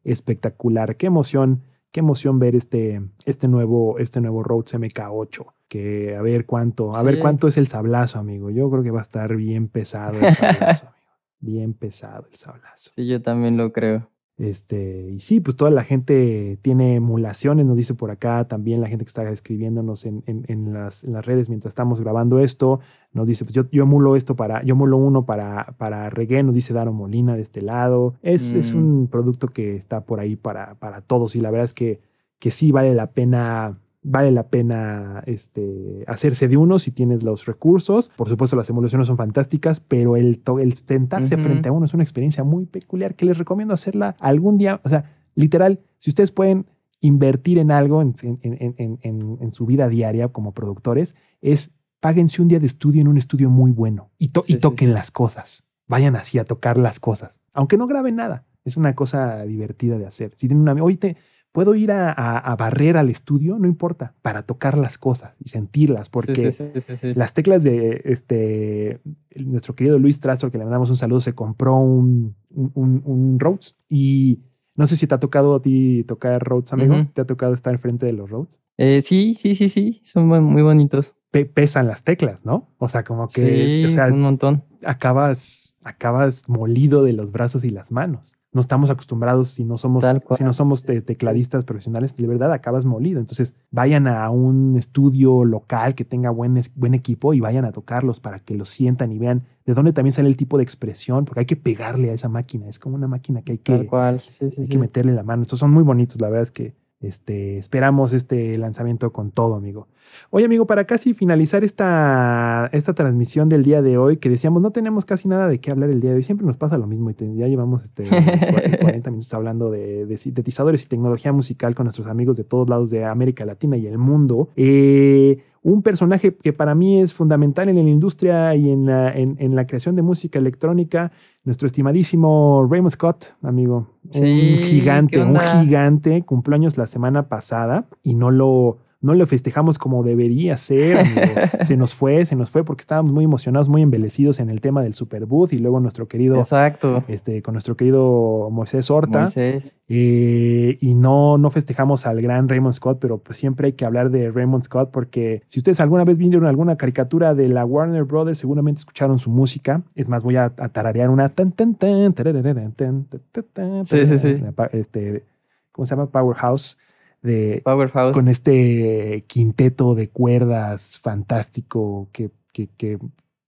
espectacular. Qué emoción, qué emoción ver este, este nuevo, este nuevo Rhodes M K ocho. Que a ver cuánto, a Sí. ver cuánto es el sablazo, amigo. Yo creo que va a estar bien pesado el sablazo, amigo. Bien pesado el sablazo. Sí, yo también lo creo. Este, y sí, pues toda la gente tiene emulaciones, nos dice por acá también la gente que está escribiéndonos en, en, en, las, en las redes mientras estamos grabando esto, nos dice, pues yo, yo emulo esto para, yo emulo uno para, para reggae, nos dice Daro Molina de este lado. Es, Mm. es un producto que está por ahí para, para todos y la verdad es que, que sí vale la pena. Vale la pena este, hacerse de uno si tienes los recursos. Por supuesto, las emulaciones son fantásticas, pero el, to- el sentarse Ujú. frente a uno es una experiencia muy peculiar que les recomiendo hacerla algún día. O sea, literal, si ustedes pueden invertir en algo en, en- en- en- en- en su vida diaria como productores, es páguense un día de estudio en un estudio muy bueno y, to- Sí, y sí, toquen sí. las cosas. Vayan así a tocar las cosas, aunque no graben nada. Es una cosa divertida de hacer. Si tienen una, oye, te, puedo ir a, a, a barrer al estudio, no importa, para tocar las cosas y sentirlas, porque Sí, sí, sí, sí, sí. las teclas de este, el- nuestro querido Luis Trastor, que le mandamos un saludo, se compró un, un, un- un Rhodes y no sé si te ha tocado a ti tocar Rhodes, amigo. Ujú. ¿Te ha tocado estar enfrente de los Rhodes? Eh, sí, sí, sí, sí, son muy, muy bonitos. Pe- pesan las teclas, ¿no? O sea, como que, Sí, o sea, un montón. acabas, acabas molido de los brazos y las manos. No estamos acostumbrados, si no somos, Tal cual. si no somos te- tecladistas profesionales, de verdad acabas molido. Entonces, vayan a un estudio local que tenga buen, es- buen equipo y vayan a tocarlos para que los sientan y vean de dónde también sale el tipo de expresión, porque hay que pegarle a esa máquina. Es como una máquina que hay Tal que, cual. Sí, sí, hay sí. que meterle la mano. Estos son muy bonitos, la verdad es que este, esperamos este lanzamiento con todo, amigo. Oye, amigo, para casi finalizar esta, esta transmisión del día de hoy, que decíamos, no tenemos casi nada de qué hablar el día de hoy, siempre nos pasa lo mismo y te- ya llevamos este, cua- cuarenta minutos hablando de, de sintetizadores y tecnología musical con nuestros amigos de todos lados de América Latina y el mundo. Eh, un personaje que para mí es fundamental en la industria y en la, en, en la creación de música electrónica, nuestro estimadísimo Raymond Scott, amigo. Sí, un gigante, ¿qué un onda? gigante, cumplió años la semana pasada y no lo, no lo festejamos como debería ser, amigo. Se nos fue, se nos fue porque estábamos muy emocionados, muy embelecidos en el tema del Superbooth y luego nuestro querido, Exacto. este, con nuestro querido Moisés Horta. Moisés. Eh, y no, no festejamos al gran Raymond Scott, pero pues siempre hay que hablar de Raymond Scott porque si ustedes alguna vez vieron alguna caricatura de la Warner Brothers, seguramente escucharon su música. Es más, voy a, a tararear una tan tan tan tarararán, tan, tan, tan, tan, Sí, sí, sí. la pa- este, ¿cómo se llama? Powerhouse de Powerhouse. con este quinteto de cuerdas fantástico que, que, que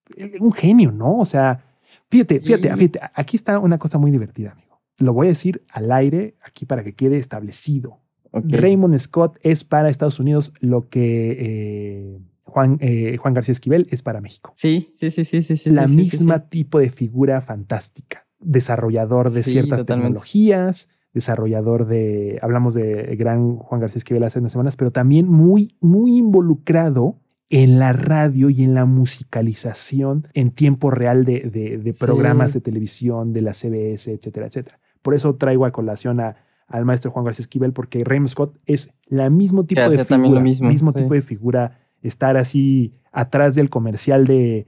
un genio, ¿no? O sea, fíjate, fíjate, Sí. fíjate, aquí está una cosa muy divertida, amigo. Lo voy a decir al aire aquí para que quede establecido. Ok. Raymond Scott es para Estados Unidos lo que eh, Juan, eh, Juan García Esquivel es para México. Sí, sí, sí, sí, sí, sí. La sí, sí, misma sí. tipo de figura fantástica. Desarrollador de Sí, ciertas totalmente. tecnologías, desarrollador de, hablamos de gran Juan García Esquivel hace unas semanas, pero también muy, muy involucrado en la radio y en la musicalización en tiempo real de, de, de Sí. programas de televisión, de la C B S, etcétera, etcétera. Por eso traigo a colación a, al maestro Juan García Esquivel, porque Raymond Scott es la mismo tipo de hacía también figura, lo mismo, mismo sí. tipo de figura, estar así atrás del comercial de,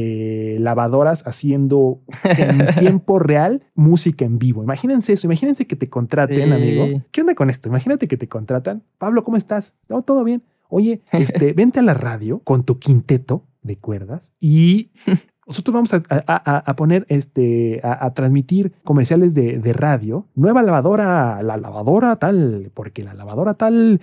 de lavadoras haciendo en tiempo real música en vivo. Imagínense eso, imagínense que te contraten, Sí. amigo. ¿Qué onda con esto? Imagínate que te contratan. Pablo, ¿cómo estás? No, todo bien. Oye, este, vente a la radio con tu quinteto de cuerdas y nosotros vamos a, a- a- a poner, este, a, a transmitir comerciales de, de radio. Nueva lavadora, la lavadora tal, porque la lavadora tal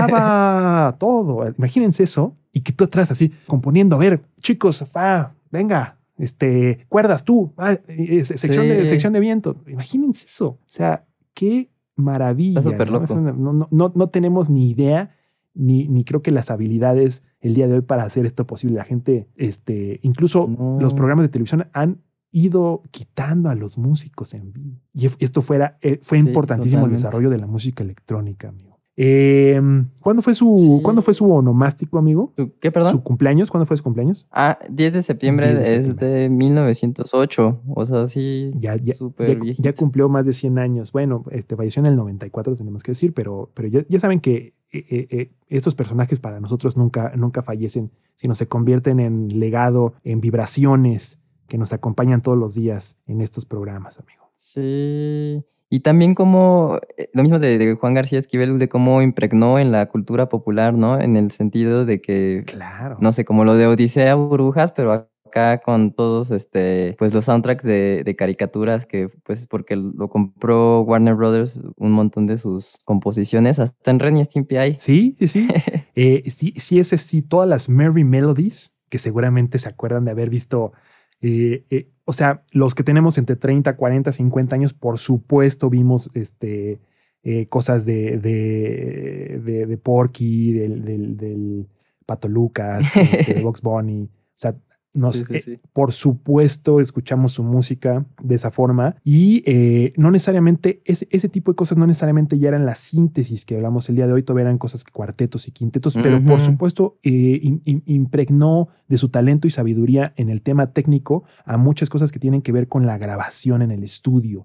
lava todo. Imagínense eso y que tú atrás así componiendo, a ver, chicos, fa, venga, este, cuerdas tú, ah, eh, sección, de, Sí. sección de viento. Imagínense eso. O sea, qué maravilla. Está súper ¿no? loco. Es una- no, no, no, no tenemos ni idea ni, ni creo que las habilidades el día de hoy para hacer esto posible. La gente, este, incluso No. los programas de televisión han ido quitando a los músicos en vivo. Y esto fuera, eh, fue Sí, importantísimo totalmente. el desarrollo de la música electrónica, amigo. Eh, ¿cuándo, fue su, Sí. ¿Cuándo fue su onomástico, amigo? ¿Tú ¿Qué, perdón? ¿Su cumpleaños? ¿Cuándo fue su cumpleaños? Ah, diez de septiembre diez de es septiembre. de mil novecientos ocho. O sea, sí, Ya, ya, súper ya, viejito. ya cumplió más de cien años. Bueno, este falleció en el noventa y cuatro, tenemos que decir, pero, pero ya, ya saben que eh, eh, eh, estos personajes para nosotros nunca, nunca fallecen, sino se convierten en legado, en vibraciones que nos acompañan todos los días en estos programas, amigo. Sí. Y también como, eh, lo mismo de, de Juan García Esquivel, de cómo impregnó en la cultura popular, ¿no? En el sentido de que, Claro. no sé, como lo de Odisea Burbujas, pero acá con todos este, pues los soundtracks de, de caricaturas, que pues porque lo compró Warner Brothers, un montón de sus composiciones, hasta en Ren y Stimpy hay. Sí, sí, sí. eh, sí, sí, ese sí, todas las Merry Melodies, que seguramente se acuerdan de haber visto. Eh, eh, o sea, los que tenemos entre treinta, cuarenta, cincuenta años, por supuesto, vimos este, eh, cosas de, de, de, de Porky, del, del, del Pato Lucas, este, de Bugs Bunny. O sea, nos, Sí, sí, eh, sí. por supuesto, escuchamos su música de esa forma y eh, no necesariamente ese, ese tipo de cosas no necesariamente ya eran la síntesis que hablamos el día de hoy, todavía eran cosas cuartetos y quintetos, pero por Ujú. supuesto eh, im- im- impregnó de su talento y sabiduría en el tema técnico a muchas cosas que tienen que ver con la grabación en el estudio.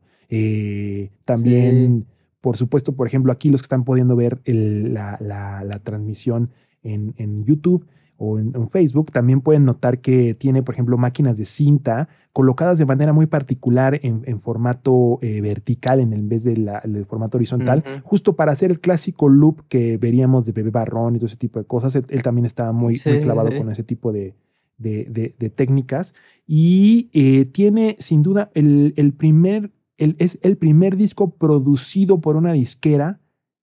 Eh, Sí. también, por supuesto, por ejemplo, aquí los que están pudiendo ver el- la, la- la transmisión en, en YouTube o en, en Facebook, también pueden notar que tiene, por ejemplo, máquinas de cinta colocadas de manera muy particular en, en formato eh, vertical en, el- en vez de la- del formato horizontal, Ujú. justo para hacer el clásico loop que veríamos de Bebé Barrón y todo ese tipo de cosas. Él, él también estaba muy, Sí, muy sí, clavado sí. con ese tipo de, de, de- de técnicas y eh, tiene sin duda el, el primer, el, es el primer disco producido por una disquera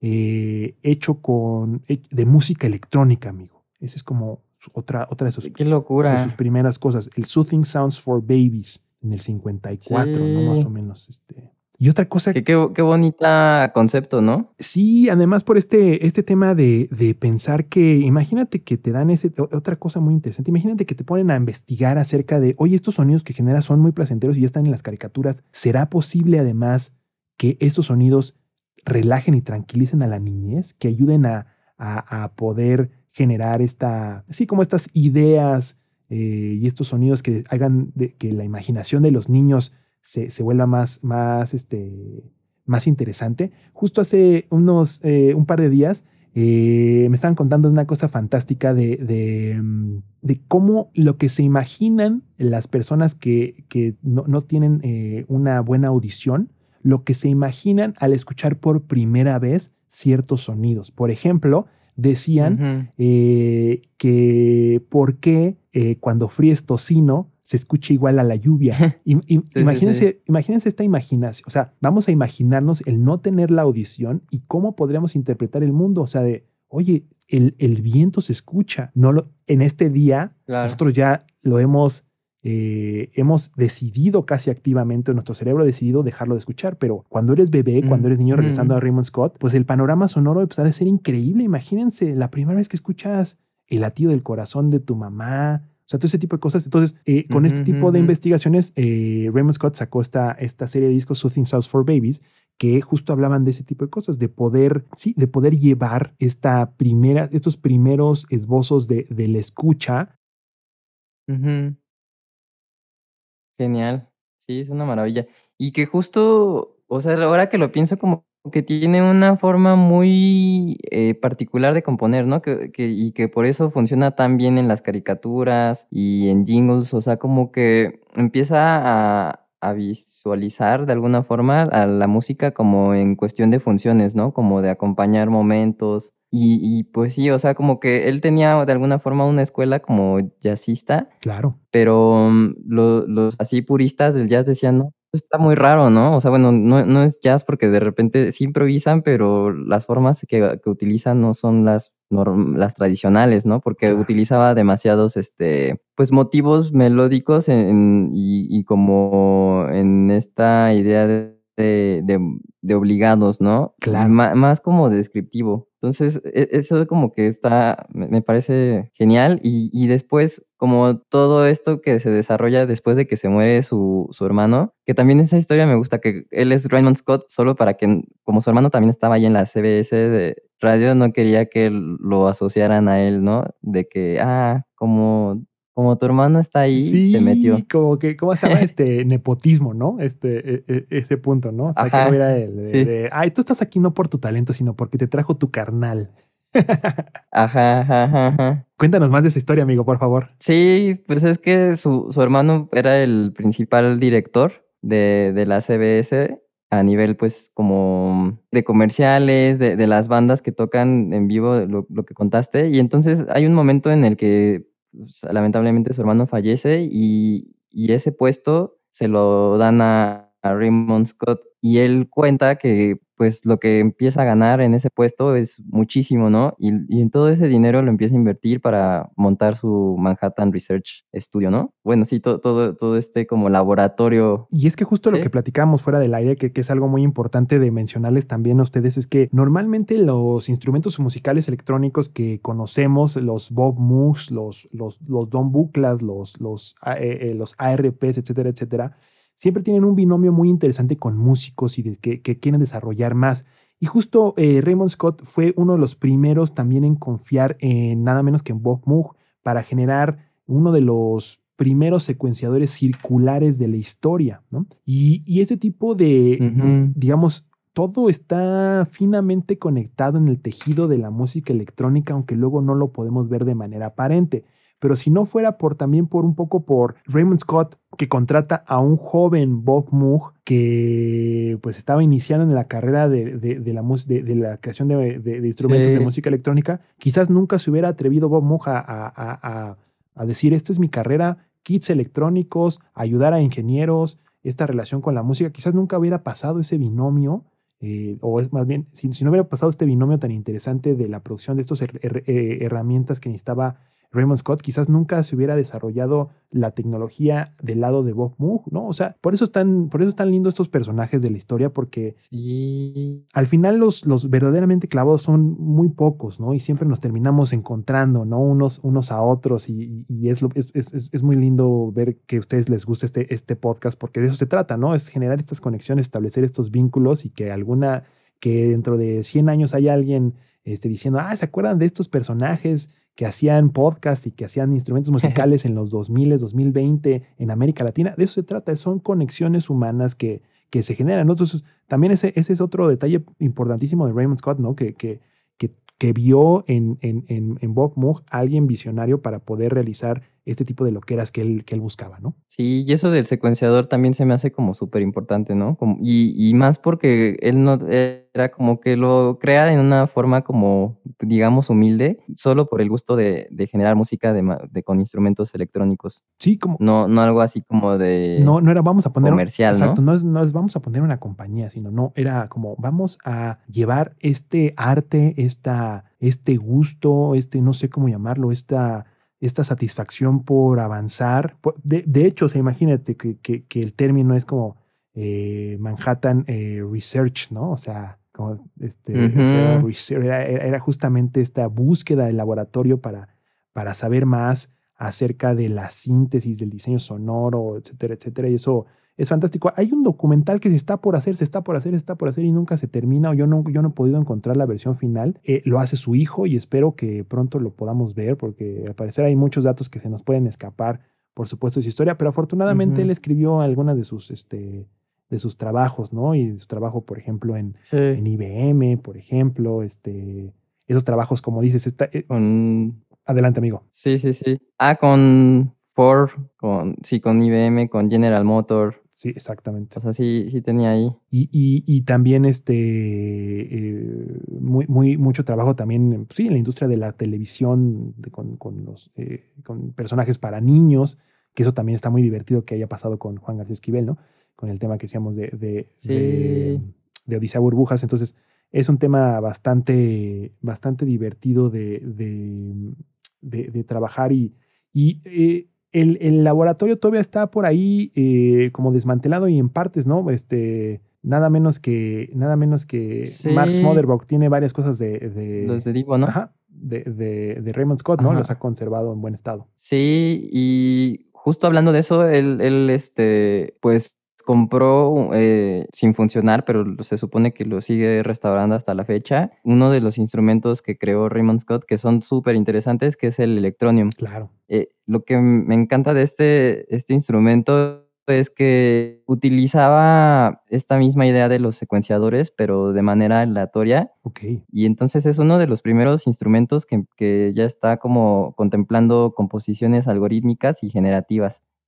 eh, hecho con, eh, de música electrónica, amigo. Esa es como su- otra, otra de sus, Qué de sus locura. primeras cosas. El Soothing Sounds for Babies en el cincuenta y cuatro, ¿no? Más Sí. o menos. Este. Y otra cosa, Qué, qué, qué bonita concepto, ¿no? sí, además por este, este tema de, de pensar que, imagínate que te dan ese, o- otra cosa muy interesante, imagínate que te ponen a investigar acerca de, oye, estos sonidos que generas son muy placenteros y ya están en las caricaturas. ¿Será posible además que estos sonidos relajen y tranquilicen a la niñez, que ayuden a, a, a poder generar esta, sí, como estas ideas eh, y estos sonidos que hagan de, que la imaginación de los niños se, se vuelva más, más, este, más interesante? Justo hace unos, eh, un par de días, eh, me estaban contando una cosa fantástica de, de, mm, de cómo lo que se imaginan las personas que, que no, no tienen eh, una buena audición, lo que se imaginan al escuchar por primera vez ciertos sonidos. Por ejemplo, decían Ujú. eh, que por qué eh, cuando fríes tocino se escucha igual a la lluvia. Im- im- Sí, sí, sí. imagínense, imagínense esta imaginación. O sea, vamos a imaginarnos el no tener la audición y cómo podríamos interpretar el mundo. O sea, de, oye, el, el viento se escucha. No lo, en este día, Claro. nosotros ya lo hemos eh, hemos decidido casi activamente, nuestro cerebro ha decidido dejarlo de escuchar, pero cuando eres bebé, cuando eres niño, Ujú. regresando a Raymond Scott, pues el panorama sonoro pues, ha de ser increíble. Imagínense la primera vez que escuchas el latido del corazón de tu mamá, o sea, todo ese tipo de cosas. Entonces, eh, con este Ujú, tipo de ujú. investigaciones, eh, Raymond Scott sacó esta, esta serie de discos Soothing Sounds for Babies, que justo hablaban de ese tipo de cosas, de poder, sí, de poder llevar esta primera, estos primeros esbozos de, de la escucha. Ujú. Genial. Sí, es una maravilla. Y que justo, o sea, ahora que lo pienso, como que tiene una forma muy eh, particular de componer, ¿no? Que, que- y que por eso funciona tan bien en las caricaturas y en jingles. O sea, como que empieza a, a visualizar de alguna forma a la música como en cuestión de funciones, ¿no? Como de acompañar momentos. Y, y pues sí, o sea, como que él tenía de alguna forma una escuela como jazzista, Claro. pero mm, lo- los así puristas del jazz decían, no, esto está muy raro, ¿no? O sea, bueno, no, no es jazz porque de repente sí improvisan, pero las formas que, que utilizan no son las, norm- las tradicionales, ¿no? Porque Claro. utilizaba demasiados, este, pues motivos melódicos en- y, y como en esta idea de, de, de- de obligados, ¿no? Y Claro. ma- más como descriptivo. Entonces, e- eso como que está, me me parece genial. Y, y después, como todo esto que se desarrolla después de que se muere su, su hermano, que también esa historia me gusta, que él es Raymond Scott, solo para que, como su hermano también estaba ahí en la C B S de radio, no quería que lo asociaran a él, ¿no? De que, ah, como, como tu hermano está ahí, te metió. Sí, como que, ¿cómo se llama? Este nepotismo, ¿no? Este, e- e- ese punto, ¿no? O sea, que no Ajá, hubiera el de, sí. de, ay, tú estás aquí no por tu talento, sino porque te trajo tu carnal. Ajá, ajá, ajá, ajá. Cuéntanos más de esa historia, amigo, por favor. Sí, pues es que su, su hermano era el principal director de, de la C B S a nivel pues como de comerciales, de, de las bandas que tocan en vivo, lo, lo que contaste. Y entonces hay un momento en el que pues, lamentablemente su hermano fallece y, y ese puesto se lo dan a, a Raymond Scott y él cuenta que pues lo que empieza a ganar en ese puesto es muchísimo, ¿no? Y, y en todo ese dinero lo empieza a invertir para montar su Manhattan Research Studio, ¿no? Bueno, sí, todo, todo, todo este como laboratorio. Y es que justo lo ¿Sí? que platicábamos fuera del aire, que, que es algo muy importante de mencionarles también a ustedes, es que normalmente los instrumentos musicales electrónicos que conocemos, los Bob Moog, los, los, los Don Buchlas, los, los, eh, eh, los A R Ps, etcétera, etcétera, siempre tienen un binomio muy interesante con músicos y de que, que quieren desarrollar más. Y justo eh, Raymond Scott fue uno de los primeros también en confiar en nada menos que en Bob Moog para generar uno de los primeros secuenciadores circulares de la historia, ¿no? Y, y ese tipo de, Ujú. digamos, todo está finamente conectado en el tejido de la música electrónica, aunque luego no lo podemos ver de manera aparente. Pero si no fuera por también por un poco por Raymond Scott, que contrata a un joven Bob Moog que pues estaba iniciando en la carrera de, de, de, la, de, de la creación de, de, de instrumentos Sí. de música electrónica, quizás nunca se hubiera atrevido Bob Moog a, a, a, a decir, esta es mi carrera, kits electrónicos, ayudar a ingenieros, esta relación con la música. Quizás nunca hubiera pasado ese binomio. Eh, o es más bien, si, si no hubiera pasado este binomio tan interesante de la producción de estas her, her, her, herramientas que necesitaba Raymond Scott, quizás nunca se hubiera desarrollado la tecnología del lado de Bob Moog, ¿no? O sea, por eso están, por eso están lindos estos personajes de la historia, porque sí. Al final los, los verdaderamente clavados son muy pocos, ¿no? Y siempre nos terminamos encontrando, ¿no? Unos, unos a otros y, y es, lo, es, es, es muy lindo ver que a ustedes les guste este, este podcast, porque de eso se trata, ¿no? Es generar estas conexiones, establecer estos vínculos y que alguna, que dentro de cien años haya alguien este, diciendo, ah, ¿se acuerdan de estos personajes que hacían podcast y que hacían instrumentos musicales en los dos mil, dos mil veinte en América Latina? De eso se trata, son conexiones humanas que, que se generan, ¿no? Entonces, también ese, ese es otro detalle importantísimo de Raymond Scott, ¿no? Que, que, que, que vio en, en, en, en Bob Moog a alguien visionario para poder realizar este tipo de loqueras que él, que él buscaba, ¿no? Sí, y eso del secuenciador también se me hace como súper importante, ¿no? Como, y, y más porque él no era como que lo crea en una forma como, digamos, humilde, solo por el gusto de, de generar música de, de, con instrumentos electrónicos. Sí, como... No, no algo así como de... No, no era vamos a poner... Comercial, exacto, ¿no? no es, no es vamos a poner una compañía, sino no, era como vamos a llevar este arte, esta, este gusto, este, no sé cómo llamarlo, esta... esta satisfacción por avanzar. De, de hecho, o sea, imagínate que, que, que, el término es como eh, Manhattan eh, Research, ¿no? O sea, como este, Uh-huh. o sea, era, era, era justamente esta búsqueda del laboratorio para, para saber más acerca de la síntesis del diseño sonoro, etcétera, etcétera. Y eso es fantástico. Hay un documental que se está por hacer, se está por hacer, se está por hacer y nunca se termina. O yo no, yo no he podido encontrar la versión final. Eh, lo hace su hijo y espero que pronto lo podamos ver porque al parecer hay muchos datos que se nos pueden escapar, por supuesto, de su historia. Pero afortunadamente uh-huh. él escribió algunas de sus, este, de sus trabajos, ¿no? Y su trabajo, por ejemplo, en, sí. en I B M, por ejemplo, este, esos trabajos, como dices, está... Eh, Con... Adelante, amigo. Sí, sí, sí. Ah, con Ford, con, sí, con I B M, con General Motors. Sí, exactamente. O sea, sí, sí tenía ahí. Y, y, y también este, eh, muy, muy, mucho trabajo también, sí, en la industria de la televisión, de, con, con, los, eh, con personajes para niños, que eso también está muy divertido que haya pasado con Juan García Esquivel, ¿no? Con el tema que decíamos de, de, sí. de, de Odisea Burbujas. Entonces, es un tema bastante, bastante divertido de, de, de, de trabajar y, y eh, El, el laboratorio todavía está por ahí eh, como desmantelado y en partes, ¿no? Este, nada menos que, nada menos que sí. Marx Motherbach tiene varias cosas de, de los de Divo, ¿no? Ajá, de, de, de Raymond Scott, ¿no? Ajá. Los ha conservado en buen estado. Sí, y justo hablando de eso, él, él este, pues compró eh, sin funcionar, pero se supone que lo sigue restaurando hasta la fecha, uno de los instrumentos que creó Raymond Scott que son súper interesantes, que es el Electronium. Claro. Eh, lo que me encanta de este, este instrumento es que utilizaba esta misma idea de los secuenciadores, pero de manera aleatoria. Okay. Y entonces es uno de los primeros instrumentos que, que ya está como contemplando composiciones algorítmicas y generativas.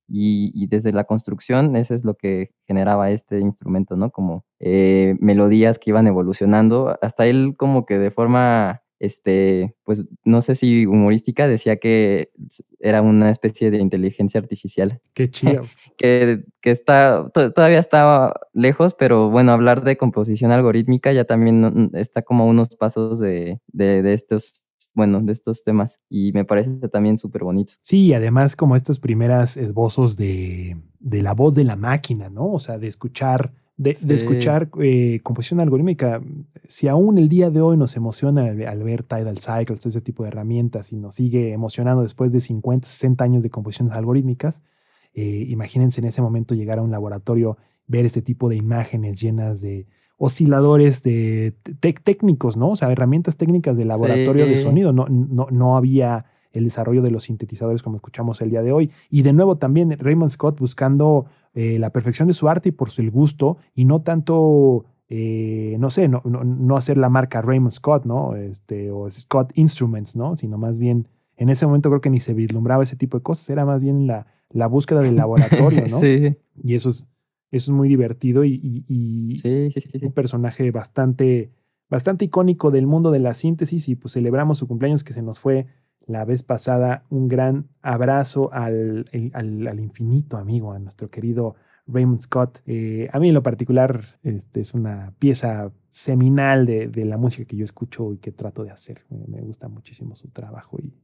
Y, y desde la construcción, eso es lo que generaba este instrumento, ¿no? Como eh, melodías que iban evolucionando. Hasta él como que de forma, este, pues no sé si humorística, decía que era una especie de inteligencia artificial. Qué chido. que, que está, to- todavía está lejos, pero bueno, hablar de composición algorítmica ya también mm, está como a unos pasos de, de, de estos, bueno, de estos temas. Y me parece también súper bonito. Sí, además como estas primeras esbozos de, de la voz de la máquina, ¿no? O sea, de escuchar, de, de Sí. escuchar eh, composición algorítmica. Si aún el día de hoy nos emociona al, al ver Tidal Cycles, ese tipo de herramientas, y nos sigue emocionando después de cincuenta, sesenta años de composiciones algorítmicas, eh, imagínense en ese momento llegar a un laboratorio, ver este tipo de imágenes llenas de osciladores de tec- técnicos, ¿no? O sea, herramientas técnicas de laboratorio de Sí. sonido. No, no, no había el desarrollo de los sintetizadores como escuchamos el día de hoy. Y de nuevo también Raymond Scott buscando eh, la perfección de su arte y por su el gusto y no tanto, eh, no sé, no, no, no hacer la marca Raymond Scott, ¿no? Este, o Scott Instruments, ¿no? Sino más bien, en ese momento creo que ni se vislumbraba ese tipo de cosas, era más bien la, la búsqueda del laboratorio, ¿no? Sí. Y eso es, eso es muy divertido y, y, y Sí, sí, sí, sí. un personaje bastante, bastante icónico del mundo de la síntesis y pues celebramos su cumpleaños que se nos fue la vez pasada. Un gran abrazo al, el- al, al infinito, amigo, a nuestro querido Raymond Scott. Eh, a mí en lo particular este, es una pieza seminal de, de la música que yo escucho y que trato de hacer. Me, me gusta muchísimo su trabajo y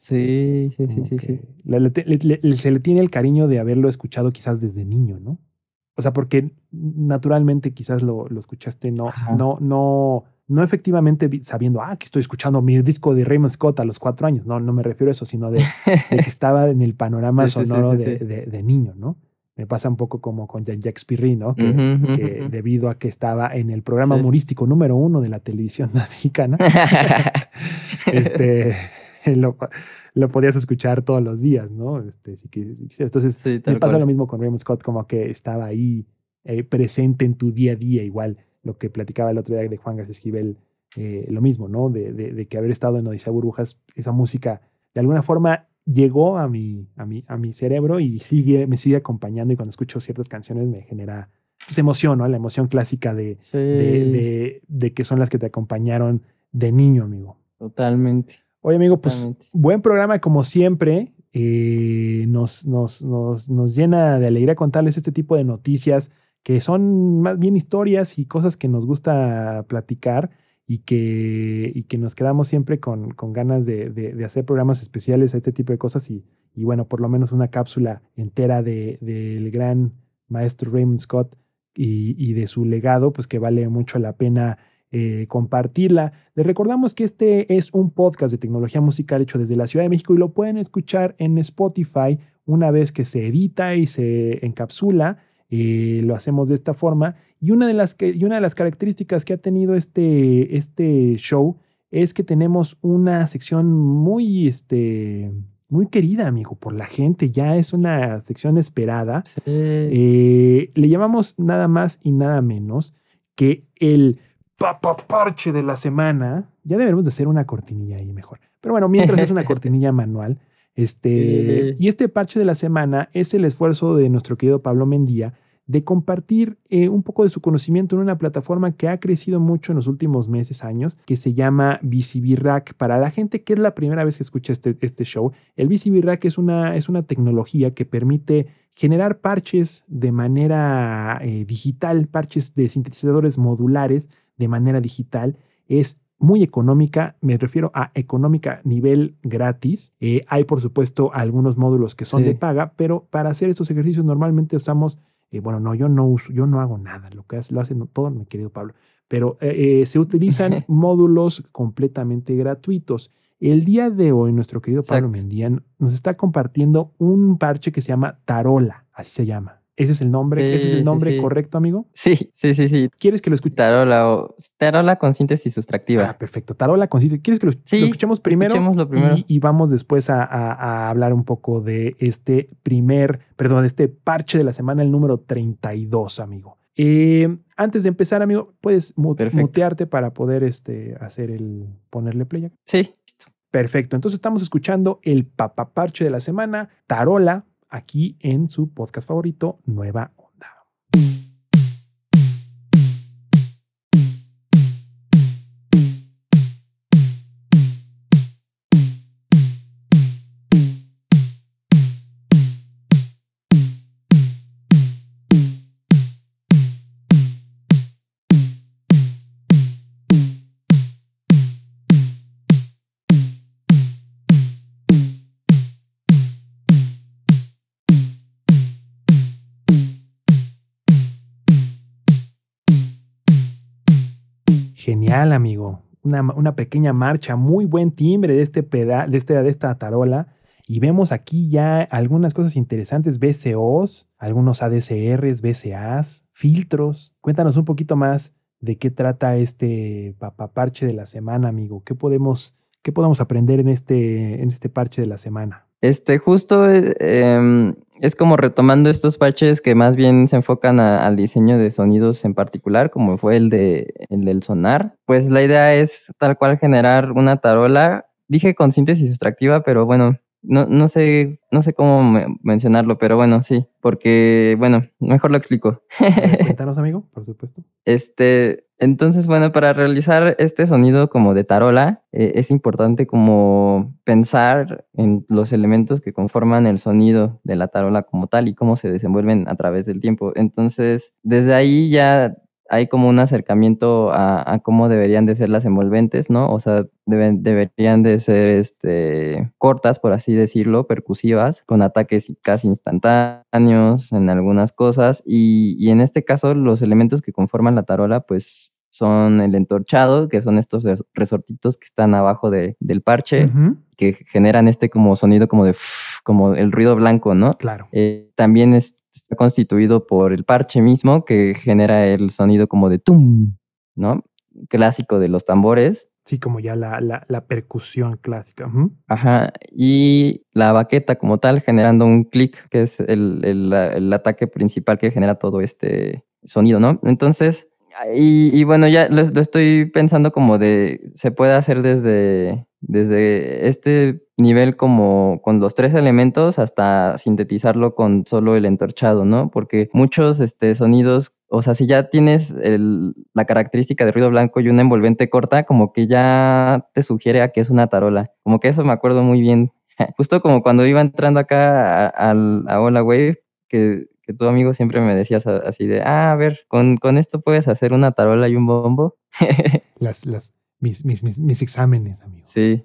Sí, sí, sí, como sí, que sí. le- le- le- le- se le tiene el cariño de haberlo escuchado quizás desde niño, ¿no? O sea, porque naturalmente quizás lo, lo escuchaste, no, Ajá. no, no, no efectivamente vi- sabiendo, ah, que estoy escuchando mi disco de Raymond Scott a los cuatro años. No, no me refiero a eso, sino de, de que estaba en el panorama Sí, sí, sí, sonoro sí, de, sí. de- de niño, ¿no? Me pasa un poco como con Jean-Jacques Pirri, ¿no? Que, Ujú, ujú, que ujú. debido a que estaba en el programa Sí. humorístico número uno de la televisión mexicana, este, lo, lo podías escuchar todos los días, ¿no? Este, si quis- si quisieras. Entonces, Sí, me tal pasa lo cual. mismo con Raymond Scott, como que estaba ahí eh, presente en tu día a día, igual lo que platicaba el otro día de Juan García Esquivel, eh, lo mismo, ¿no? De, de, de que haber estado en Odisea Burbujas, esa música de alguna forma llegó a mi, a mi, a mi cerebro y sigue, me sigue acompañando y cuando escucho ciertas canciones me genera pues, emoción, ¿no? La emoción clásica de, Sí, de, de, de que son las que te acompañaron de niño, amigo. totalmente, Oye, amigo, pues totalmente. buen programa como siempre. Eh, nos, nos, nos, nos llena de alegría contarles este tipo de noticias que son más bien historias y cosas que nos gusta platicar y que, y que nos quedamos siempre con, con ganas de, de, de hacer programas especiales a este tipo de cosas y, y bueno, por lo menos una cápsula entera de, del gran maestro Raymond Scott y, y de su legado, pues que vale mucho la pena eh, compartirla. Les recordamos que este es un podcast de tecnología musical hecho desde la Ciudad de México y lo pueden escuchar en Spotify una vez que se edita y se encapsula. Eh, lo hacemos de esta forma. Y una de las, que, y una de las características que ha tenido este, este show es que tenemos una sección muy, este, muy querida, amigo, por la gente. Ya es una sección esperada. Sí. Eh, le llamamos nada más y nada menos que el papaparche de la semana. Ya deberemos de hacer una cortinilla ahí mejor. Pero bueno, mientras es una cortinilla manual. Este, Sí. y este parche de la semana es el esfuerzo de nuestro querido Pablo Mendía de compartir eh, un poco de su conocimiento en una plataforma que ha crecido mucho en los últimos meses, años, que se llama V C B Rack. Para la gente que es la primera vez que escucha este, este show, el V C B Rack es una, es una tecnología que permite generar parches de manera eh, digital, parches de sintetizadores modulares de manera digital. Es muy económica, me refiero a económica nivel gratis. Eh, hay, por supuesto, algunos módulos que son Sí. de paga, pero para hacer estos ejercicios normalmente usamos, eh, bueno, no, yo no uso, yo no hago nada, lo que hace, lo hacen todo, mi querido Pablo, pero eh, eh, se utilizan módulos completamente gratuitos. El día de hoy, nuestro querido Pablo Exacto. Mendía nos está compartiendo un parche que se llama Tarola, así se llama. Ese es el nombre, Sí, ese es el sí, nombre sí. correcto, amigo. Sí, sí, sí, sí. ¿Quieres que lo escuche? Tarola o tarola con síntesis sustractiva. Ah, perfecto. Tarola consiste. ¿Quieres que lo, Sí, lo escuchemos primero? escuchémoslo primero. Y, y vamos después a, a- a hablar un poco de este primer, perdón, de este parche de la semana, el número treinta y dos, amigo. Eh, antes de empezar, amigo, puedes mu- Perfecto. mutearte para poder este, hacer el ponerle play acá. Sí, listo. Perfecto. Entonces estamos escuchando el papaparche de la semana, Tarola, aquí en su podcast favorito, Nueva Onda. Genial, amigo. Una, una pequeña marcha, muy buen timbre de, este peda, de, este, de esta tarola. Y vemos aquí ya algunas cosas interesantes, V C Os, algunos A D C Rs, V C As, filtros. Cuéntanos un poquito más de qué trata este papaparche de la semana, amigo. ¿Qué podemos, qué podemos aprender en este, en este parche de la semana? Este, justo eh, em, es como retomando estos parches que más bien se enfocan a- al diseño de sonidos en particular, como fue el de el del sonar. Pues la idea es tal cual generar una tarola. Dije con síntesis extractiva, pero bueno, no, no sé, no sé cómo me- mencionarlo, pero bueno, sí, porque bueno, mejor lo explico. Cuéntanos, amigo, por supuesto. Este, entonces, bueno, para realizar este sonido como de tarola, eh, es importante como pensar en los elementos que conforman el sonido de la tarola como tal y cómo se desenvuelven a través del tiempo. Entonces, desde ahí ya hay como un acercamiento a, a cómo deberían de ser las envolventes, ¿no? O sea, deben, deberían de ser este, cortas, por así decirlo, percusivas, con ataques casi instantáneos en algunas cosas. Y, y en este caso, los elementos que conforman la tarola, pues son el entorchado, que son estos res- resortitos que están abajo de- del parche, Ujú, que generan este como sonido como de como el ruido blanco, ¿no? claro. Eh, también es- está constituido por el parche mismo que genera el sonido como de tum, ¿no? Clásico de los tambores. Sí, como ya la, la, la percusión clásica. Ujú. Ajá. Y la baqueta como tal generando un clic, que es el, el- la- el ataque principal que genera todo este sonido, ¿no? Entonces, y, y bueno, ya lo, lo estoy pensando como de, se puede hacer desde, desde este nivel como con los tres elementos hasta sintetizarlo con solo el entorchado, ¿no? Porque muchos este, sonidos, o sea, si ya tienes el- la característica de ruido blanco y una envolvente corta, como que ya te sugiere a que es una tarola. Como que eso me acuerdo muy bien. Justo como cuando iba entrando acá a, al- a Hola Wave, que, que tu amigo siempre me decías a- así de, ah, a ver, con, con esto puedes hacer una tarola y un bombo. Las, las, mis, mis, mis, mis exámenes, amigo. Sí.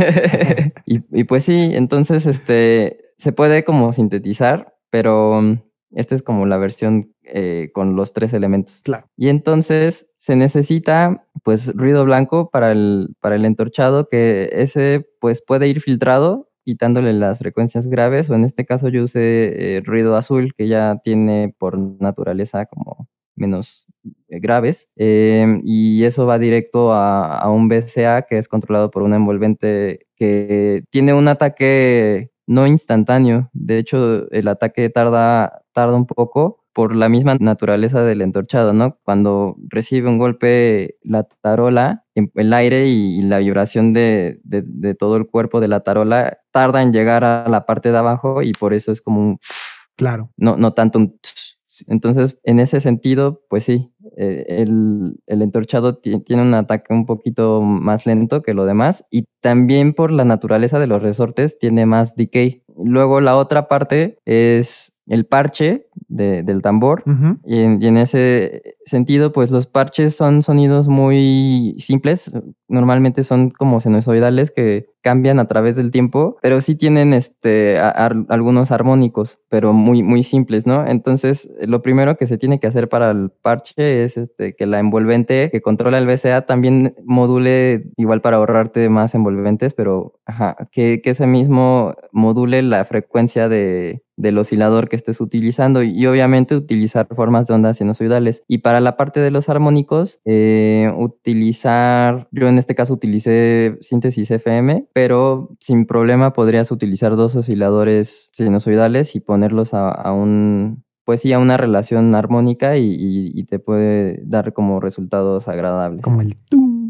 y, y pues sí, entonces este se puede como sintetizar, pero mm, esta es como la versión eh, con los tres elementos. Claro. Y entonces se necesita pues ruido blanco para el, para el entorchado, que ese pues puede ir filtrado quitándole las frecuencias graves, o en este caso yo usé eh, ruido azul, que ya tiene por naturaleza como menos eh, graves, eh, y eso va directo a, a un V C A que es controlado por un envolvente que tiene un ataque no instantáneo. De hecho, el ataque tarda, tarda un poco por la misma naturaleza del entorchado, ¿no? Cuando recibe un golpe la tarola, en- el aire y, y la vibración de, de- de todo el cuerpo de la tarola tarda en llegar a la parte de abajo y por eso es como un... Claro. No, no tanto un... Entonces, en ese sentido, pues sí, eh, el, el entorchado ti- tiene un ataque un poquito más lento que lo demás y también por la naturaleza de los resortes tiene más decay. Luego la otra parte es el parche de- del tambor. Ujú. Y en, y en ese sentido, pues los parches son sonidos muy simples. Normalmente son como sinusoidales que cambian a través del tiempo, pero sí tienen este, a- ar- algunos armónicos, pero muy, muy simples, ¿no? Entonces, lo primero que se tiene que hacer para el parche es este, que la envolvente que controla el V C A también module, igual para ahorrarte más envolventes, pero ajá, que, que ese mismo module la frecuencia de, del oscilador que estés utilizando y, y obviamente utilizar formas de ondas sinusoidales. Y para la parte de los armónicos, eh, utilizar, yo en este caso utilicé síntesis F M, pero sin problema podrías utilizar dos osciladores sinusoidales y ponerlos a, a un, pues sí, a una relación armónica y, y- y te puede dar como resultados agradables. Como el tum,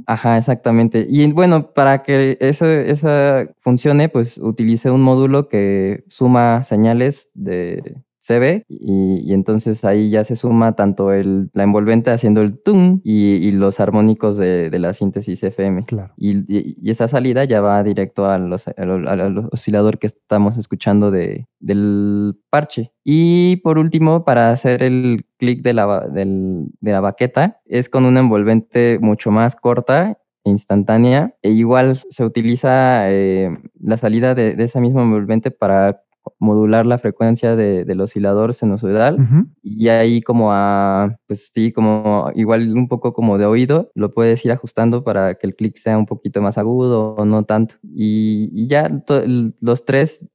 Ajá, exactamente. Y bueno, para que eso, eso funcione, pues utilicé un módulo que suma señales de C B y, y entonces ahí ya se suma tanto el, la envolvente haciendo el tum y, y los armónicos de, de la síntesis F M. Claro. Y, y, y esa salida ya va directo a los, al, al oscilador que estamos escuchando de, del parche. Y por último, para hacer el clic de la, del, de la baqueta, es con una envolvente mucho más corta e instantánea. E igual se utiliza eh, la salida de, de esa misma envolvente para modular la frecuencia de, del oscilador sinusoidal. Uh-huh. Y ahí como a, pues sí, como igual un poco como de oído, lo puedes ir ajustando para que el clic sea un poquito más agudo o no tanto. Y, y ya to, el, los tres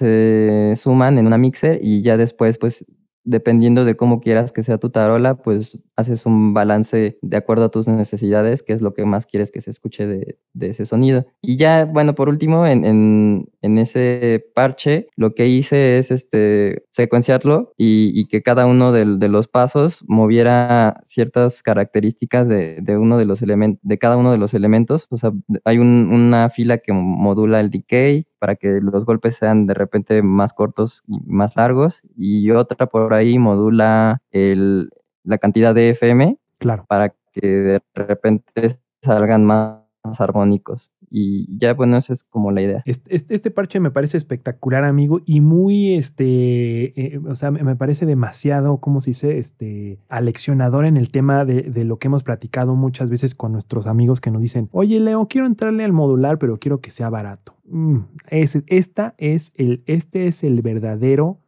se suman en una mixer y ya después pues dependiendo de cómo quieras que sea tu tarola, pues haces un balance de acuerdo a tus necesidades, que es lo que más quieres que se escuche de, de ese sonido. Y ya, bueno, por último, en, en, en ese parche, lo que hice es este, secuenciarlo y, y que cada uno de, de los pasos moviera ciertas características de, de, uno de, los elementos, de cada uno de los elementos. O sea, hay un, una fila que modula el decay para que los golpes sean de repente más cortos y más largos, y otra por ahí modula el, la cantidad de F M, claro, para que de repente salgan más armónicos. Y ya, bueno, esa es como la idea. Este, este, este parche me parece espectacular, amigo, y muy, este, eh, o sea, me parece demasiado, ¿cómo se dice? Este, aleccionador en el tema de, de lo que hemos platicado muchas veces con nuestros amigos que nos dicen, oye, Leo, quiero entrarle al modular, pero quiero que sea barato. Mm, es, esta es el, este es el verdadero,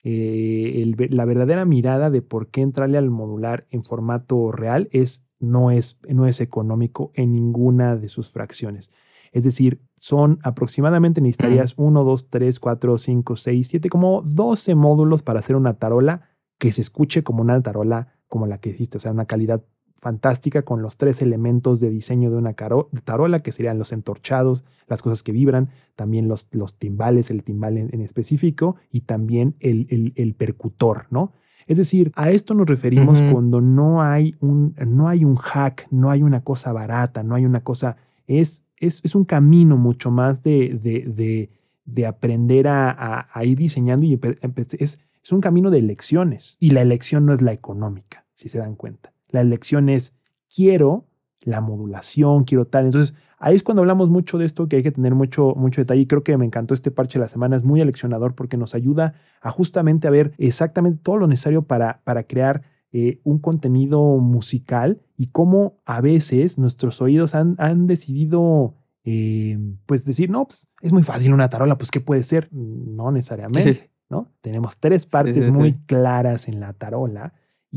eh, el, la verdadera mirada de por qué entrarle al modular en formato real es, no es, no es económico en ninguna de sus fracciones. Es decir, son aproximadamente, necesitarías uno, dos, tres, cuatro, cinco, seis, siete, como doce módulos para hacer una tarola que se escuche como una tarola como la que hiciste. O sea, una calidad fantástica con los tres elementos de diseño de una tarola, que serían los entorchados, las cosas que vibran, también los, los timbales, el timbal en, en específico, y también el, el, el percutor, ¿no? Es decir, a esto nos referimos uh-huh. cuando no hay, un, no hay un hack, no hay una cosa barata, no hay una cosa... Es, es, es un camino mucho más de, de, de, de aprender a, a, a ir diseñando y es, es un camino de elecciones. Y la elección no es la económica, si se dan cuenta. La elección es quiero la modulación, quiero tal. Entonces, ahí es cuando hablamos mucho de esto, que hay que tener mucho, mucho detalle. Y creo que me encantó este parche de la semana. Es muy aleccionador porque nos ayuda a justamente a ver exactamente todo lo necesario para, para crear Eh, un contenido musical y cómo a veces nuestros oídos han, han decidido eh, pues decir, no, pues es muy fácil una tarola, pues ¿qué puede ser? No necesariamente, sí. ¿no? Tenemos tres partes sí, sí, muy sí. claras en la tarola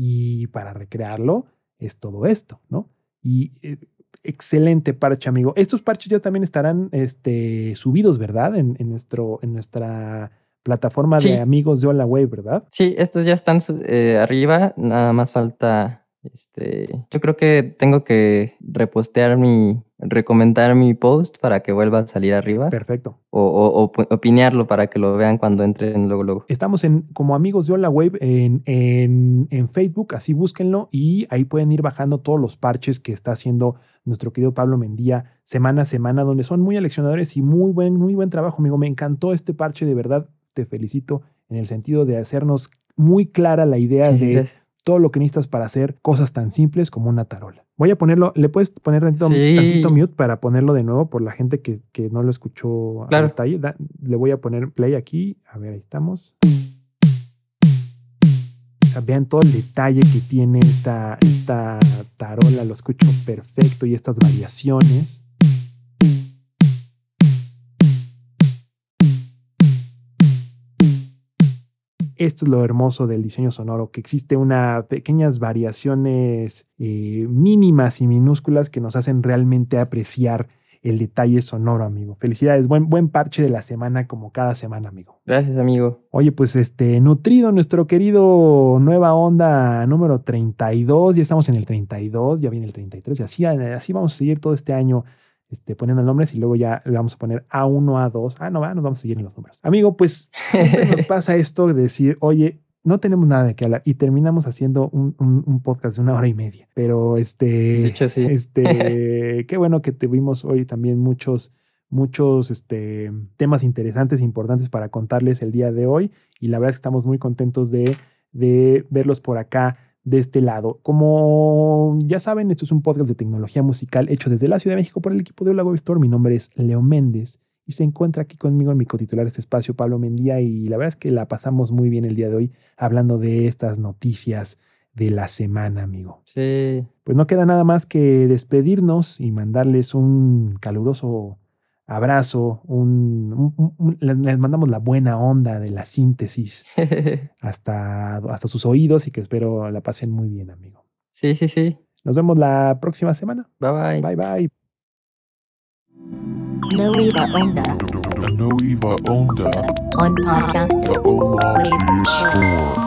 y para recrearlo es todo esto, ¿no? Y eh, excelente parche, amigo. Estos parches ya también estarán este, subidos, ¿verdad? En, en, nuestro, en nuestra... plataforma sí. de amigos de Hola Wave, ¿verdad? Sí, estos ya están eh, arriba, nada más falta, este, yo creo que tengo que repostear mi, recomendar mi post para que vuelva a salir arriba. Perfecto. O, o, o opinearlo para que lo vean cuando entren luego, luego. Estamos en, como amigos de Hola Wave en, en, en Facebook, así búsquenlo y ahí pueden ir bajando todos los parches que está haciendo nuestro querido Pablo Mendía semana a semana, donde son muy aleccionadores y muy buen, muy buen trabajo, amigo. Me encantó este parche, de verdad. Te felicito en el sentido de hacernos muy clara la idea de Gracias. todo lo que necesitas para hacer cosas tan simples como una tarola. Voy a ponerlo, ¿le puedes poner tantito, sí. tantito mute para ponerlo de nuevo por la gente que, que no lo escuchó claro. a detalle? Da, le voy a poner play aquí. A ver, ahí estamos. O sea, vean todo el detalle que tiene esta, esta tarola, lo escucho perfecto y estas variaciones. Esto es lo hermoso del diseño sonoro, que existe unas pequeñas variaciones eh, mínimas y minúsculas que nos hacen realmente apreciar el detalle sonoro, amigo. Felicidades, buen, buen parche de la semana como cada semana, amigo. Gracias, amigo. Oye, pues este, nutrido nuestro querido Nueva Onda número treinta y dos, ya estamos en el treinta y dos, ya viene el treinta y tres, y así, así vamos a seguir todo este año Este, poniendo nombres y luego ya le vamos a poner A uno, A dos. Ah, no, va, nos vamos a seguir en los números. Amigo, pues siempre nos pasa esto de decir, oye, no tenemos nada de qué hablar y terminamos haciendo un, un, un podcast de una hora y media. Pero este, De hecho, sí. este, qué bueno que tuvimos hoy también muchos, muchos este, temas interesantes e importantes para contarles el día de hoy. Y la verdad es que estamos muy contentos de, de verlos por acá de este lado. Como ya saben, esto es un podcast de tecnología musical hecho desde la Ciudad de México por el equipo de Hola Web Store. Mi nombre es Leo Méndez. Y se encuentra aquí conmigo en mi cotitular de este espacio, Pablo Mendía, y la verdad es que la pasamos muy bien el día de hoy hablando de estas noticias de la semana, amigo. Sí. Pues no queda nada más que despedirnos y mandarles un caluroso abrazo, un, un, un, les mandamos la buena onda de la síntesis hasta, hasta sus oídos y que espero la pasen muy bien, amigo. Sí, sí, sí. Nos vemos la próxima semana. Bye, bye. Bye, bye. Nueva Onda A nueva onda on Podcast de Hola Web Store.